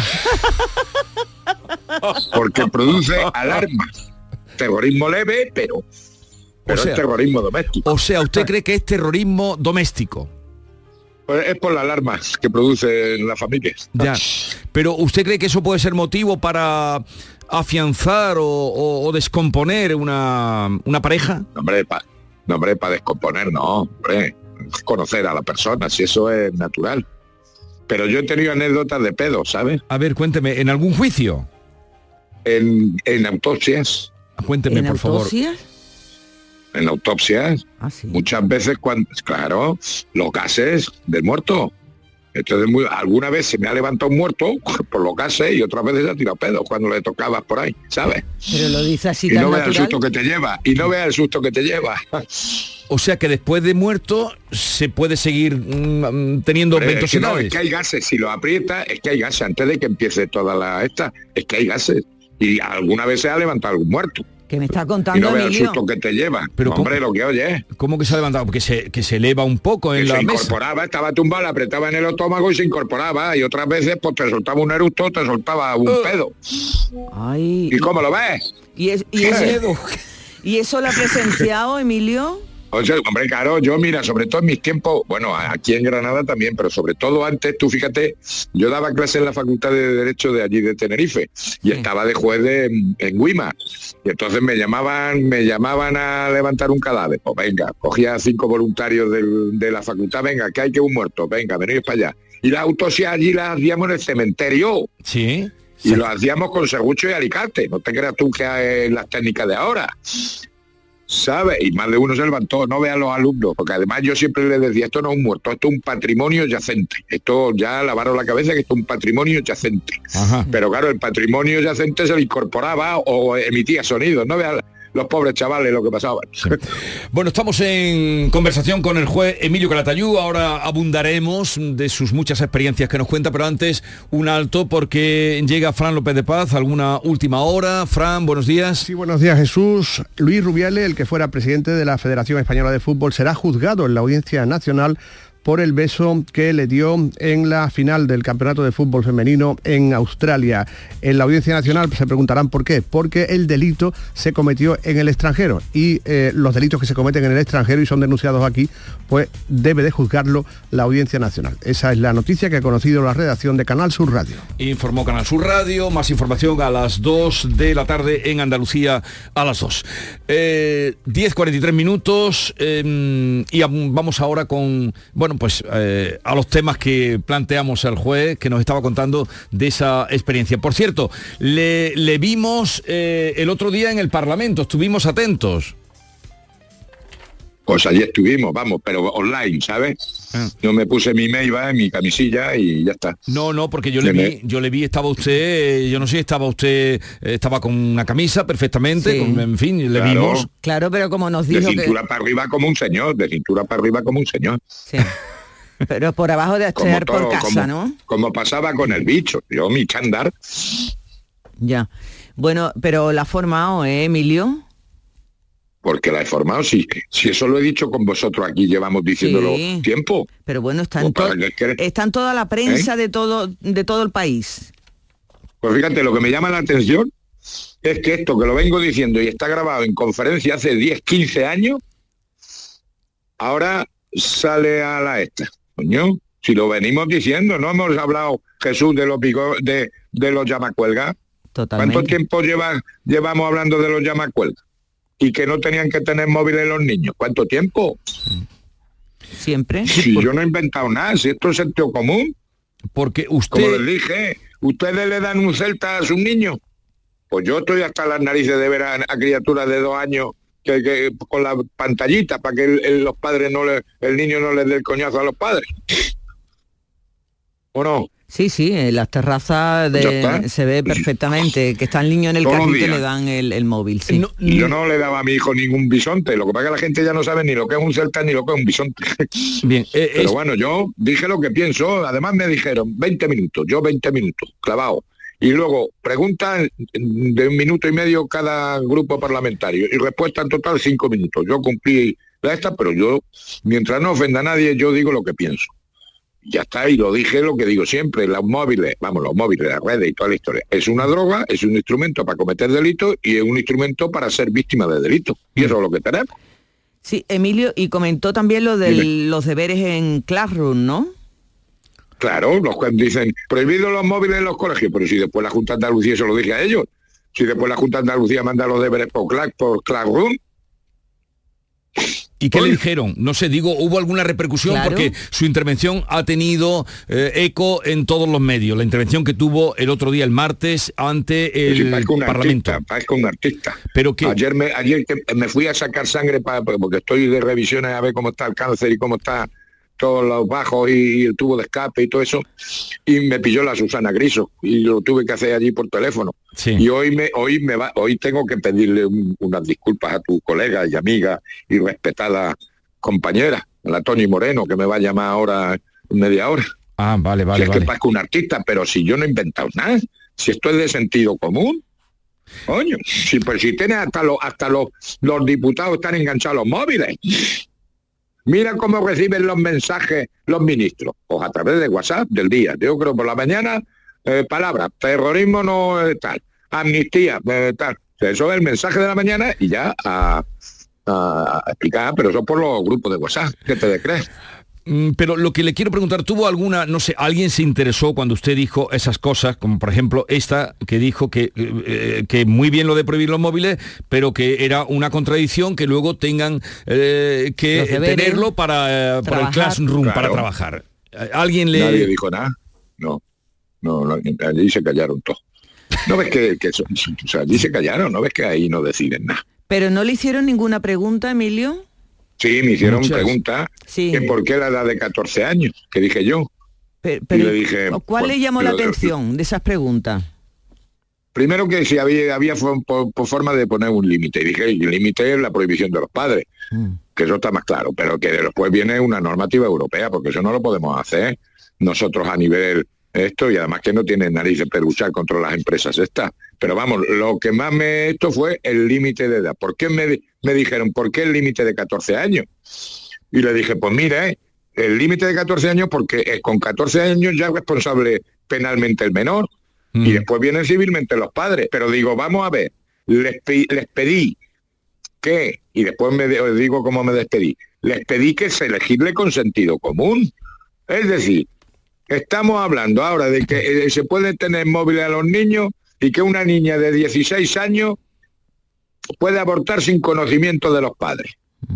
Porque produce alarmas. Terrorismo leve, pero, pero o sea, es terrorismo doméstico. O sea, ¿usted cree que es terrorismo doméstico? Pues es por las alarmas que produce en las familias. Ya. Pero ¿usted cree que eso puede ser motivo para afianzar o, o, o descomponer una, una pareja? No, hombre, para no, hombre, pa descomponer, no, hombre. Conocer a la persona, si eso es natural. Pero yo he tenido anécdotas de pedos, ¿sabes? A ver, cuénteme, ¿en algún juicio? En, en autopsias. Cuénteme, ¿En por autopsias? favor. En autopsias. Ah, sí. Muchas veces, cuando, claro, los gases del muerto. Entonces, muy, alguna vez se me ha levantado un muerto por los gases y otras veces se ha tirado pedos cuando le tocabas por ahí, ¿sabes? Pero lo dice así y tan no veas el natural. susto que te lleva. Y no veas el susto que te lleva. O sea que después de muerto se puede seguir mmm, teniendo Pero es que no, ventosidades. es que hay gases, si lo aprietas, es que hay gases antes de que empiece toda la esta, es que hay gases. Y alguna vez se ha levantado algún muerto. Que me está Y contando, no veas el Emilio. susto que te lleva. Pero No, hombre, lo que oyes. ¿Cómo que se ha levantado? Porque se, que se eleva un poco en Que la se mesa. incorporaba, estaba tumbado, le apretaba en el estómago y se incorporaba. Y otras veces pues te soltaba un eructo, te soltaba un Uh. pedo. Ay. ¿Y cómo lo ves? ¿Y, es, y, eso, ¿Y eso lo ha presenciado, Emilio? O sea, hombre, claro, yo mira, sobre todo en mis tiempos, bueno, aquí en Granada también, pero sobre todo antes, tú fíjate, yo daba clase en la Facultad de Derecho de allí de Tenerife y estaba de juez de, en Guima. Y entonces me llamaban, me llamaban a levantar un cadáver. Pues venga, cogía a cinco voluntarios del, de la facultad, venga, que hay que un muerto, venga, venid para allá. Y las autopsias allí las hacíamos en el cementerio. Sí. Y lo hacíamos con serrucho y alicate. No te creas tú que hay las técnicas de ahora. ¿Sabes? Y más de uno se levantó, no vean los alumnos, porque además yo siempre les decía, esto no es un muerto, esto es un patrimonio yacente. Esto ya lavaron la cabeza que esto es un patrimonio yacente. Ajá. Pero claro, el patrimonio yacente se le incorporaba o emitía sonidos, no vean los pobres chavales lo que pasaba. Sí. Bueno, estamos en conversación con el juez Emilio Calatayud, ahora abundaremos de sus muchas experiencias que nos cuenta, pero antes un alto porque llega Fran López de Paz, alguna última hora. Fran, buenos días. Sí, buenos días, Jesús. Luis Rubiales, el que fuera presidente de la Federación Española de Fútbol, será juzgado en la Audiencia Nacional por el beso que le dio en la final del Campeonato de Fútbol Femenino en Australia. En la Audiencia Nacional se preguntarán por qué. Porque el delito se cometió en el extranjero y eh, los delitos que se cometen en el extranjero y son denunciados aquí, pues debe de juzgarlo la Audiencia Nacional. Esa es la noticia que ha conocido la redacción de Canal Sur Radio. Informó Canal Sur Radio, más información a las dos de la tarde en Andalucía a las dos. Eh, diez cuarenta y tres minutos eh, y vamos ahora con, bueno, pues eh, a los temas que planteamos al juez que nos estaba contando de esa experiencia. Por cierto, le, le vimos eh, el otro día en el Parlamento, estuvimos atentos. Pues allí estuvimos, vamos, pero online, ¿sabes? Ah. Yo me puse mi mail, va, en mi camisilla y ya está. No, no, porque yo le vi, yo le vi, estaba usted, yo no sé, estaba usted, estaba con una camisa perfectamente, Sí. con, en fin, le Claro. vimos. Claro, pero como nos De dijo cintura que... para arriba como un señor, de cintura para arriba como un señor. Sí. Pero por abajo de Como estar por todo, casa, como, ¿no? como pasaba con el bicho, yo mi chándal. Ya. Bueno, pero la ha formado, ¿eh, Emilio? Porque la he formado, si, si eso lo he dicho con vosotros aquí, llevamos diciéndolo Sí. tiempo. Pero bueno, está en, Pues to- para que- está en toda la prensa ¿Eh? de todo de todo el país. Pues fíjate, lo que me llama la atención es que esto que lo vengo diciendo y está grabado en conferencia hace diez, quince años, ahora sale a la esta. Coño, si lo venimos diciendo, no hemos hablado, Jesús, de los pico, de, de los llamacuelgas. Totalmente. ¿Cuánto tiempo lleva, llevamos hablando de los llamacuelgas? Y que no tenían que tener móviles los niños. ¿Cuánto tiempo? Siempre. Si yo no he inventado nada, si esto es sentido común. Porque usted... Como les dije, ¿ustedes le dan un Celta a sus niños? Pues yo estoy hasta las narices de ver a, a criaturas de dos años que, que con la pantallita para que el, el, los padres no le, el niño no les dé el coñazo a los padres. ¿O no? Sí, sí, en las terrazas de, se ve perfectamente que está el niño en el Todos los carrito y días. le dan el, el móvil. Sí. No, Yo no le daba a mi hijo ningún bisonte, lo que pasa es que la gente ya no sabe ni lo que es un Celta ni lo que es un bisonte. Bien, eh, Pero es- bueno, yo dije lo que pienso, además me dijeron veinte minutos, yo veinte minutos, clavado. Y luego preguntas de un minuto y medio cada grupo parlamentario y respuesta en total cinco minutos. Yo cumplí la esta, pero yo, mientras no ofenda a nadie, yo digo lo que pienso. Ya está, y lo dije lo que digo siempre, los móviles, vamos, los móviles, las redes y toda la historia. Es una droga, es un instrumento para cometer delitos y es un instrumento para ser víctima de delitos. Y eso es lo que tenemos. Sí, Emilio, y comentó también lo de los deberes en Classroom, ¿no? Claro, los que dicen, prohibidos los móviles en los colegios, pero si después la Junta de Andalucía, eso lo dije a ellos, si después la Junta de Andalucía manda los deberes por, Class, por Classroom. ¿Y qué le dijeron? No sé, digo, ¿hubo alguna repercusión? Claro. Porque su intervención ha tenido eh, eco en todos los medios. La intervención que tuvo el otro día, el martes, ante el Sí, parezco un Parlamento. artista, parezco un artista. Pero que Ayer me, ayer que me fui a sacar sangre para, porque estoy de revisiones a ver cómo está el cáncer y cómo está todos los bajos y el tubo de escape y todo eso, y me pilló la Susana Griso y lo tuve que hacer allí por teléfono. Sí. Y hoy me hoy me va hoy tengo que pedirle un- unas disculpas a tu colega y amiga y respetada compañera, a la Toni Moreno, que me va a llamar ahora en media hora. Ah, vale, vale, Si es vale. que parezco un artista, pero si yo no he inventado nada, si esto es de sentido común. Coño, si pues si tienes hasta los hasta los, los diputados están enganchados a los móviles. Mira cómo reciben los mensajes los ministros, pues a través de WhatsApp del día. Yo creo por la mañana, eh, palabras, terrorismo no eh, tal, amnistía, eh, tal. Eso es el mensaje de la mañana y ya a, a explicar, pero eso por los grupos de WhatsApp, ¿qué te crees? Mm, Pero lo que le quiero preguntar, ¿tuvo alguna, no sé, alguien se interesó cuando usted dijo esas cosas, como por ejemplo esta que dijo que, eh, que muy bien lo de prohibir los móviles, pero que era una contradicción que luego tengan eh, que Los deberes, tenerlo para, eh, para el trabajar. classroom, para Claro. trabajar? Eh, ¿Alguien le...? Nadie dijo nada. No, no, no, allí se callaron todos. ¿No ves que, que eso- o sea, allí se callaron? ¿No ves que ahí no deciden nada? Pero no le hicieron ninguna pregunta, Emilio. Sí, me hicieron Muchas. preguntas Sí. que por qué la edad de catorce años, que dije yo. Pero, Y le dije, ¿cuál pues, le llamó la lo de- atención de esas preguntas? Primero que si había, había for- por, por forma de poner un límite. Y dije, el límite es la prohibición de los padres, que eso está más claro, pero que después viene una normativa europea, porque eso no lo podemos hacer nosotros a nivel esto, y además que no tienen narices para luchar contra las empresas estas. Pero vamos, lo que más me esto fue el límite de edad. ¿Por qué me, di- me dijeron, por qué el límite de catorce años? Y le dije, pues mira, eh, el límite de catorce años porque eh, con catorce años ya es responsable penalmente el menor y después vienen civilmente los padres. Pero digo, vamos a ver, les, pe- les pedí que, y después me de- os digo cómo me despedí, les pedí que se legisle con sentido común. Es decir, estamos hablando ahora de que eh, se pueden tener móviles a los niños y que una niña de dieciséis años puede abortar sin conocimiento de los padres.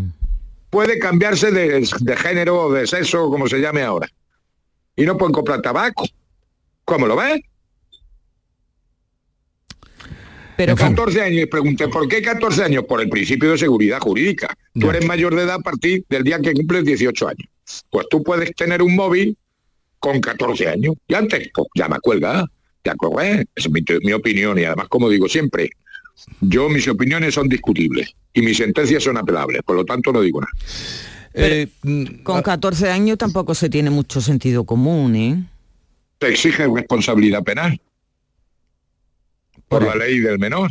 Puede cambiarse de, de género o de sexo, como se llame ahora. Y no pueden comprar tabaco. ¿Cómo lo ves? Pero catorce años, y pregunté, ¿por qué catorce años? Por el principio de seguridad jurídica. Tú eres mayor de edad a partir del día que cumples dieciocho años. Pues tú puedes tener un móvil con catorce años. Y antes, pues ya me cuelga, ya corre. Esa es mi, mi opinión. Y además, como digo siempre, yo mis opiniones son discutibles y mis sentencias son apelables. Por lo tanto, no digo nada. Pero con catorce años tampoco se tiene mucho sentido común, ¿eh? Te exige responsabilidad penal por la ley del menor.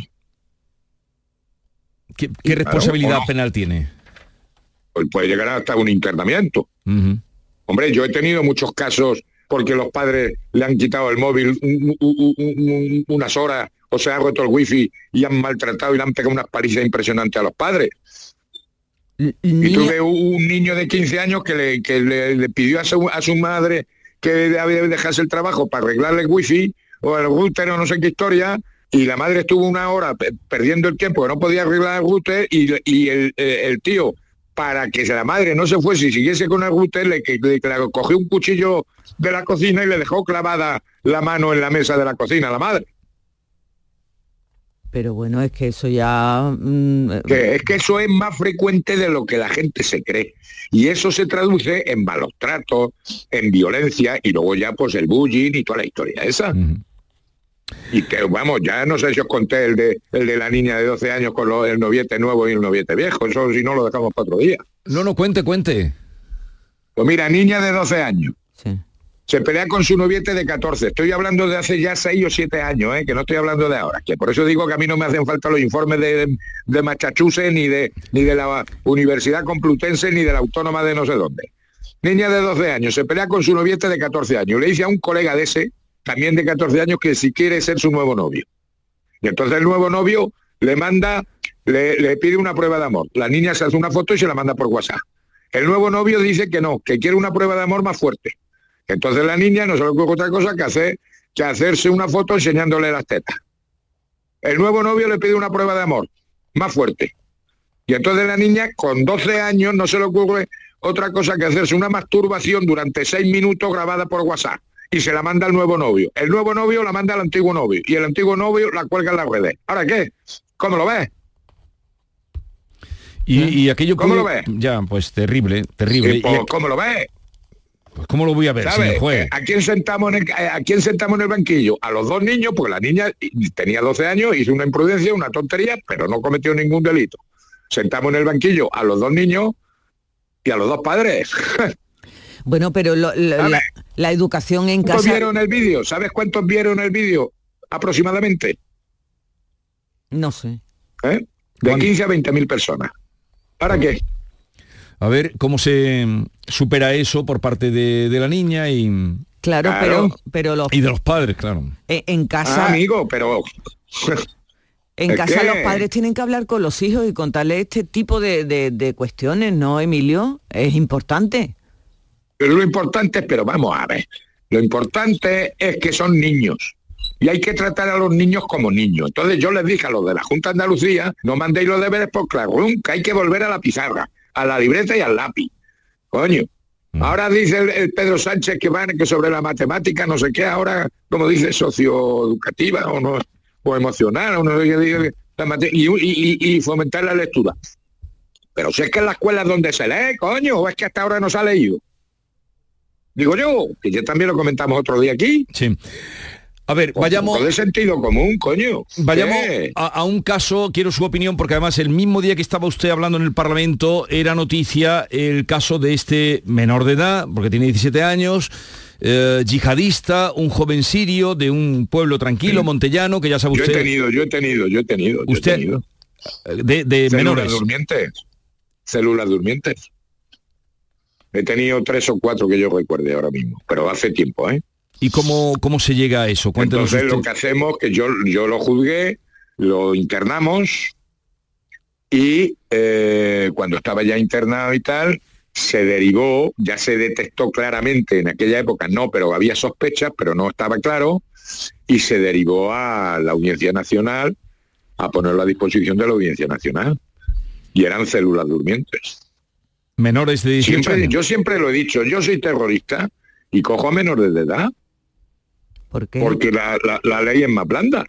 ¿Qué, qué Claro, responsabilidad ¿o no? penal tiene? Pues puede llegar hasta un internamiento. Hombre, yo he tenido muchos casos porque los padres le han quitado el móvil un- un- un- un- unas horas o se ha roto el wifi y han maltratado y le han pegado unas palizas impresionantes a los padres. Y tuve un niño de quince años que le, que le, le pidió a su, a su madre que dejase el trabajo para arreglarle el wifi o el router o no sé qué historia, y la madre estuvo una hora perdiendo el tiempo, que no podía arreglar el router, y, y el, el tío, para que la madre no se fuese y siguiese con el router, le, le, le cogió un cuchillo de la cocina y le dejó clavada la mano en la mesa de la cocina a la madre. Pero bueno, es que eso ya... Mmm... Que es que eso es más frecuente de lo que la gente se cree. Y eso se traduce en malos tratos, en violencia, y luego ya pues el bullying y toda la historia esa. Uh-huh. Y que, vamos, ya no sé si os conté el de, el de la niña de doce años con lo, el noviete nuevo y el noviete viejo. Eso si no lo dejamos para otro día. No, no, cuente, cuente. Pues mira, niña de doce años. Sí. Se pelea con su noviete de catorce. Estoy hablando de hace ya seis o siete años, ¿eh? Que no estoy hablando de ahora. Que por eso digo que a mí no me hacen falta los informes de, de Massachusetts, ni de, ni de la Universidad Complutense, ni de la Autónoma de no sé dónde. Niña de doce años, se pelea con su noviete de catorce años. Le dice a un colega de ese, también de catorce años, que si quiere ser su nuevo novio. Y entonces el nuevo novio le manda, le, le pide una prueba de amor. La niña se hace una foto y se la manda por WhatsApp. El nuevo novio dice que no, que quiere una prueba de amor más fuerte. Entonces la niña no se le ocurre otra cosa que hacer que hacerse una foto enseñándole las tetas. El nuevo novio le pide una prueba de amor más fuerte. Y entonces la niña con doce años no se le ocurre otra cosa que hacerse una masturbación durante seis minutos grabada por WhatsApp. Y se la manda al nuevo novio. El nuevo novio la manda al antiguo novio. Y el antiguo novio la cuelga en las redes. ¿Ahora qué? ¿Cómo lo ves? Y, y aquello... ¿Cómo pudo... lo ves? Ya, pues terrible, terrible. Sí, pues, y... ¿cómo lo ves? Pues ¿cómo lo voy a ver, ¿Sabes? señor juez? ¿A quién sentamos en el, a quién sentamos en el banquillo? A los dos niños, porque la niña tenía doce años, hizo una imprudencia, una tontería, pero no cometió ningún delito. Sentamos en el banquillo a los dos niños y a los dos padres. Bueno, pero lo, lo, la, la educación en casa... ¿Cuántos vieron el vídeo? ¿Sabes cuántos vieron el vídeo aproximadamente? No sé. ¿Eh? De quince a veinte mil personas. ¿Para qué? A ver cómo se supera eso por parte de, de la niña y... Claro, claro. pero... pero los... Y de los padres, claro. En, en casa... Ah, amigo, pero... En casa que... los padres tienen que hablar con los hijos y contarles este tipo de, de, de cuestiones, ¿no, Emilio? Es importante. Pero lo importante es, pero vamos a ver, lo importante es que son niños. Y hay que tratar a los niños como niños. Entonces yo les dije a los de la Junta de Andalucía, no mandéis los deberes por Classroom, que hay que volver a la pizarra, a la libreta y al lápiz. Coño. Ahora dice el, el Pedro Sánchez que van que sobre la matemática, no sé qué, ahora, como dice, socioeducativa o no, o emocional, o no sé qué dice, y, y, y fomentar la lectura. Pero si es que en la escuela es donde se lee, coño, o es que hasta ahora no se ha leído. Digo yo, que ya también lo comentamos otro día aquí. Sí. A ver, vayamos... Con de sentido común, coño. Vayamos a, a un caso, quiero su opinión, porque además el mismo día que estaba usted hablando en el Parlamento era noticia el caso de este menor de edad, porque tiene diecisiete años, eh, yihadista, un joven sirio de un pueblo tranquilo, sí. montellano, que ya sabe usted... Yo he tenido, yo he tenido, yo he tenido. Yo usted, he tenido. De, de Células menores. durmientes. Células durmientes. He tenido tres o cuatro que yo recuerde ahora mismo, pero hace tiempo, ¿eh? ¿Y cómo, cómo se llega a eso? Cuéntanos. Entonces usted. Lo que hacemos, que yo, yo lo juzgué, lo internamos y eh, cuando estaba ya internado y tal, se derivó, ya se detectó claramente en aquella época, no, pero había sospechas, pero no estaba claro, y se derivó a la Audiencia Nacional, a ponerlo a disposición de la Audiencia Nacional. Y eran células durmientes. Menores de dieciocho siempre, años. Yo siempre lo he dicho, yo soy terrorista y cojo a menores de edad. ¿Por qué? Porque la, la, la ley es más blanda.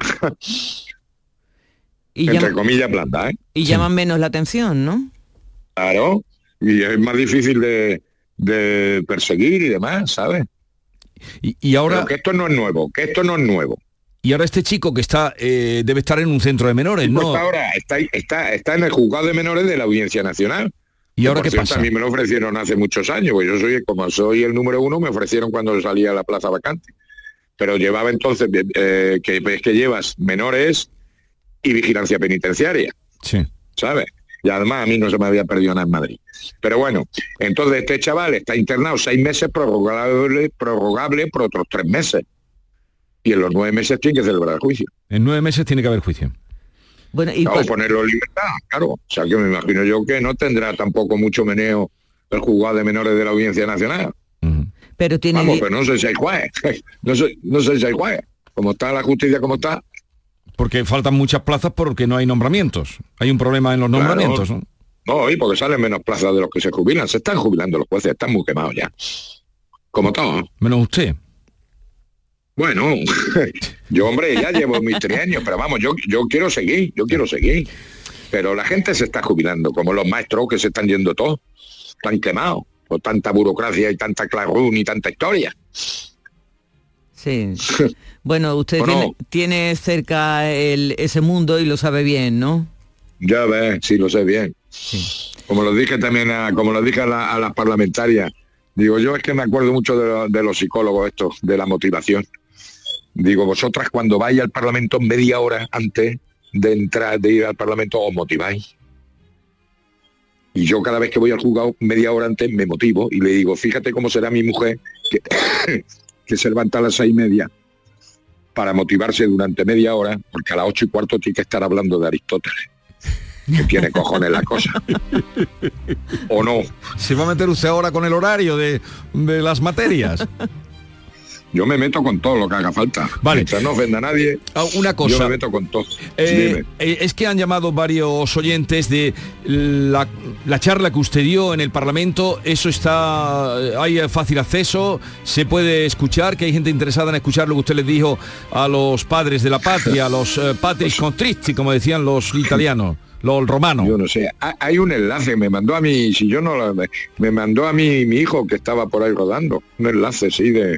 Y Entre llama, comillas blanda, ¿eh? Y sí. llaman menos la atención, ¿no? Claro, y es más difícil de, de perseguir y demás, ¿sabes? Y, y ahora... Pero que esto no es nuevo, que esto no es nuevo. Y ahora este chico que está eh, debe estar en un centro de menores, pues ¿no? Ahora está, está, está en el juzgado de menores de la Audiencia Nacional. ¿Y ahora qué cierto, pasa? A mí me lo ofrecieron hace muchos años, pues yo soy, como soy el número uno, me ofrecieron cuando salía a la plaza vacante. Pero llevaba entonces, eh, que es que llevas menores y vigilancia penitenciaria. Sí. ¿Sabes? Y además a mí no se me había perdido nada en Madrid. Pero bueno, entonces este chaval está internado seis meses, prorrogable, prorrogable por otros tres meses. y en los nueve meses tiene que celebrar el juicio. En nueve meses tiene que haber juicio. Bueno, y claro, cuál... ponerlo en libertad, claro. O sea, que me imagino yo que no tendrá tampoco mucho meneo el juzgado de menores de la Audiencia Nacional. Uh-huh. Pero tiene... Vamos, pero no sé si hay juez. No sé, no sé si hay juez. Como está la justicia, como está. Porque faltan muchas plazas porque no hay nombramientos. Hay un problema en los Claro. nombramientos, ¿no? No, y porque salen menos plazas de los que se jubilan. Se están jubilando los jueces, están muy quemados ya. Como todos. Menos usted. Bueno, yo, hombre, ya llevo mis tres años, pero vamos, yo, yo quiero seguir, yo quiero seguir. Pero la gente se está jubilando, como los maestros que se están yendo todos. Están quemados, por tanta burocracia y tanta clarún y tanta historia. Sí. Bueno, usted Bueno. tiene, tiene cerca el, ese mundo y lo sabe bien, ¿no? Ya ves, sí, lo sé bien. Como lo dije también, a, como lo dije a, la- a las parlamentarias, digo, yo es que me acuerdo mucho de, lo- de los psicólogos estos, de la motivación. Digo, vosotras cuando vais al Parlamento media hora antes de entrar, de ir al Parlamento, os motiváis. Y yo cada vez que voy al juzgado media hora antes me motivo y le digo, fíjate cómo será mi mujer que, que se levanta a las seis y media para motivarse durante media hora, porque a las ocho y cuarto tiene que estar hablando de Aristóteles, que tiene cojones la cosa. ¿O no? ¿Se va a meter usted ahora con el horario de, de las materias? Yo me meto con todo lo que haga falta. Vale. Mientras no ofenda a nadie, Ah, una cosa. yo me meto con todo. Eh, Dime. eh, es que han llamado varios oyentes de la, la charla que usted dio en el Parlamento. Eso está, hay fácil acceso, se puede escuchar, que hay gente interesada en escuchar lo que usted les dijo a los padres de la patria, a los eh, patris contristi, como decían los italianos, los romanos. Yo no sé, ha- hay un enlace, me mandó a mí, si yo no lo, me, me mandó a mí mi hijo que estaba por ahí rodando, un enlace, sí, de,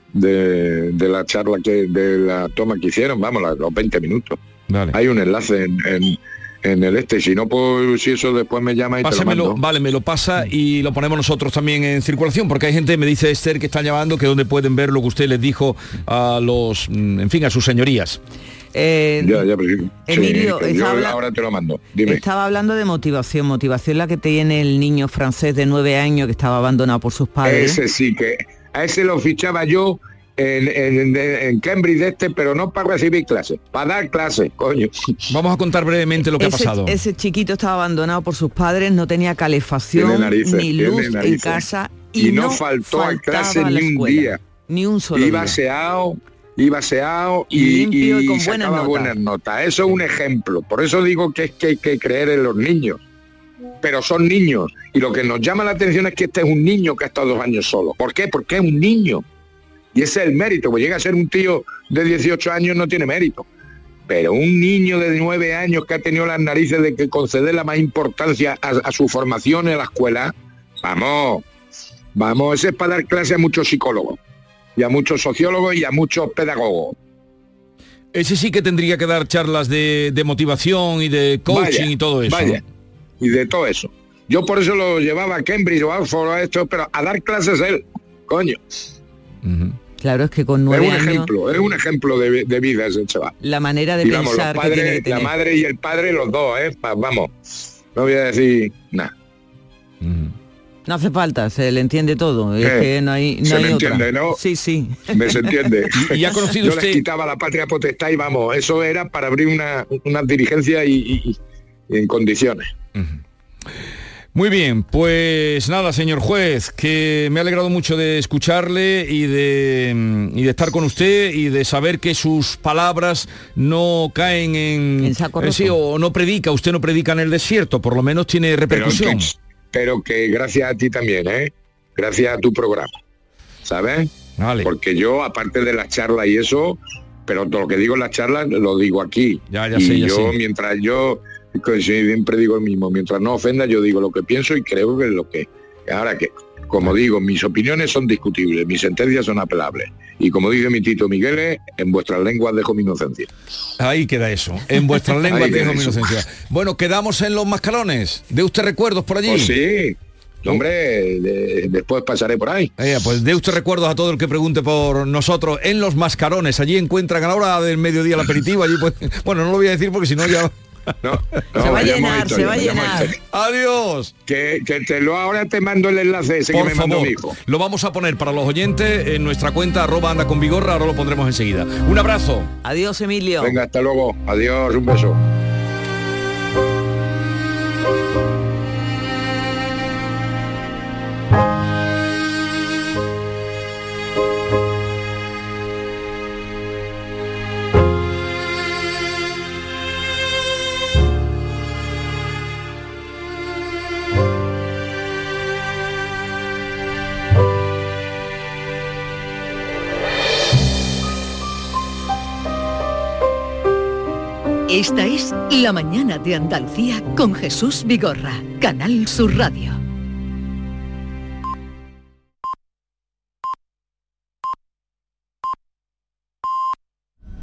de, de la charla que, de la toma que hicieron, vamos, la- los veinte minutos. Vale. Hay un enlace en, en, en el este, si no, pues si eso después me llama y te lo Pásemelo, mando. vale, me lo pasa y lo ponemos nosotros también en circulación, porque hay gente, me dice Esther, que están llamando, que donde pueden ver lo que usted les dijo a los, mm, en fin, a sus señorías. Eh, Ya, ya, pero sí. Emilio, Sí, está yo habla- ahora te lo mando, dime. Estaba hablando de motivación, motivación la que tiene el niño francés de nueve años que estaba abandonado por sus padres. Ese sí que, a ese lo fichaba yo en, en, en Cambridge este, pero no para recibir clases, para dar clases, coño. Vamos a contar brevemente lo que ese, ha pasado. ese chiquito estaba abandonado por sus padres, no tenía calefacción Tiene narices, ni tiene luz en narices. casa Y y, no faltó a faltaba clase la ni un escuela, día. ni un solo Iba día. aseado, iba aseado y, Limpio y y con buenas sacaba notas. buenas notas. Eso es un ejemplo. Por eso digo que es que hay que creer en los niños. Pero son niños. Y lo que nos llama la atención es que este es un niño que ha estado dos años solo. ¿Por qué? Porque es un niño. Y ese es el mérito. Pues llega a ser un tío de dieciocho años, no tiene mérito. Pero un niño de nueve años que ha tenido las narices de que conceder la más importancia a, a su formación en la escuela, vamos, vamos, ese es para dar clase a muchos psicólogos, y a muchos sociólogos y a muchos pedagogos. Ese sí que tendría que dar charlas de, de motivación y de coaching Vaya, y todo eso. Vaya, y de todo eso. Yo por eso lo llevaba a Cambridge o a Oxford o a esto, pero a dar clases él, coño. Claro, es que con Es nueve un años ejemplo, es un ejemplo de, de vida ese chaval. la manera de Y vamos, los pensar que tiene padres, que la tener. madre y el padre, los dos, ¿eh? Va- Vamos, no voy a decir nada. No hace falta, se le entiende todo. Es Eh, que no hay, no se hay me otra. entiende, ¿no? Sí, sí. ¿Me se entiende? Y- y ha conocido Yo usted- les quitaba la patria potestad y vamos, eso era para abrir una, una dirigencia y, y- y en condiciones. Muy bien, pues nada, señor juez, que me ha alegrado mucho de escucharle y de, mm, y de estar con usted y de saber que sus palabras no caen en... En saco eh, sí, roto. o no predica, usted no predica en el desierto, por lo menos tiene Pero repercusión. que, pero que gracias a ti también, ¿eh? Gracias a tu programa, ¿sabes? Vale. Porque yo, aparte de las charlas y eso, pero todo lo que digo en las charlas lo digo aquí. Ya, ya y sé, ya yo, sé. mientras yo, que siempre digo el mismo, mientras no ofenda, yo digo lo que pienso y creo que es lo que... Ahora que, como digo, mis opiniones son discutibles, mis sentencias son apelables. Y como dice mi tito Miguel, en vuestras lenguas dejo mi inocencia. Ahí queda eso. En vuestras lenguas Ahí queda dejo mi eso. inocencia. Bueno, quedamos en los mascarones. ¿De usted recuerdos por allí? Pues sí, hombre, de- después pasaré por ahí. Eh, pues dé usted recuerdos a todo el que pregunte por nosotros en los mascarones. Allí encuentran a la hora del mediodía el aperitivo. Allí pues, bueno, no lo voy a decir porque si no ya No, se va a vayamos llenar, historia, se va a vayamos llenar. historia. Adiós. Que, que te lo ahora te mando el enlace ese Por que me mandó favor, mi hijo. lo vamos a poner para los oyentes en nuestra cuenta arroba anda con Vigorra, ahora lo pondremos enseguida. Un abrazo. Adiós, Emilio. Venga, hasta luego. Adiós, un beso. Esta es La Mañana de Andalucía con Jesús Vigorra, Canal Sur Radio.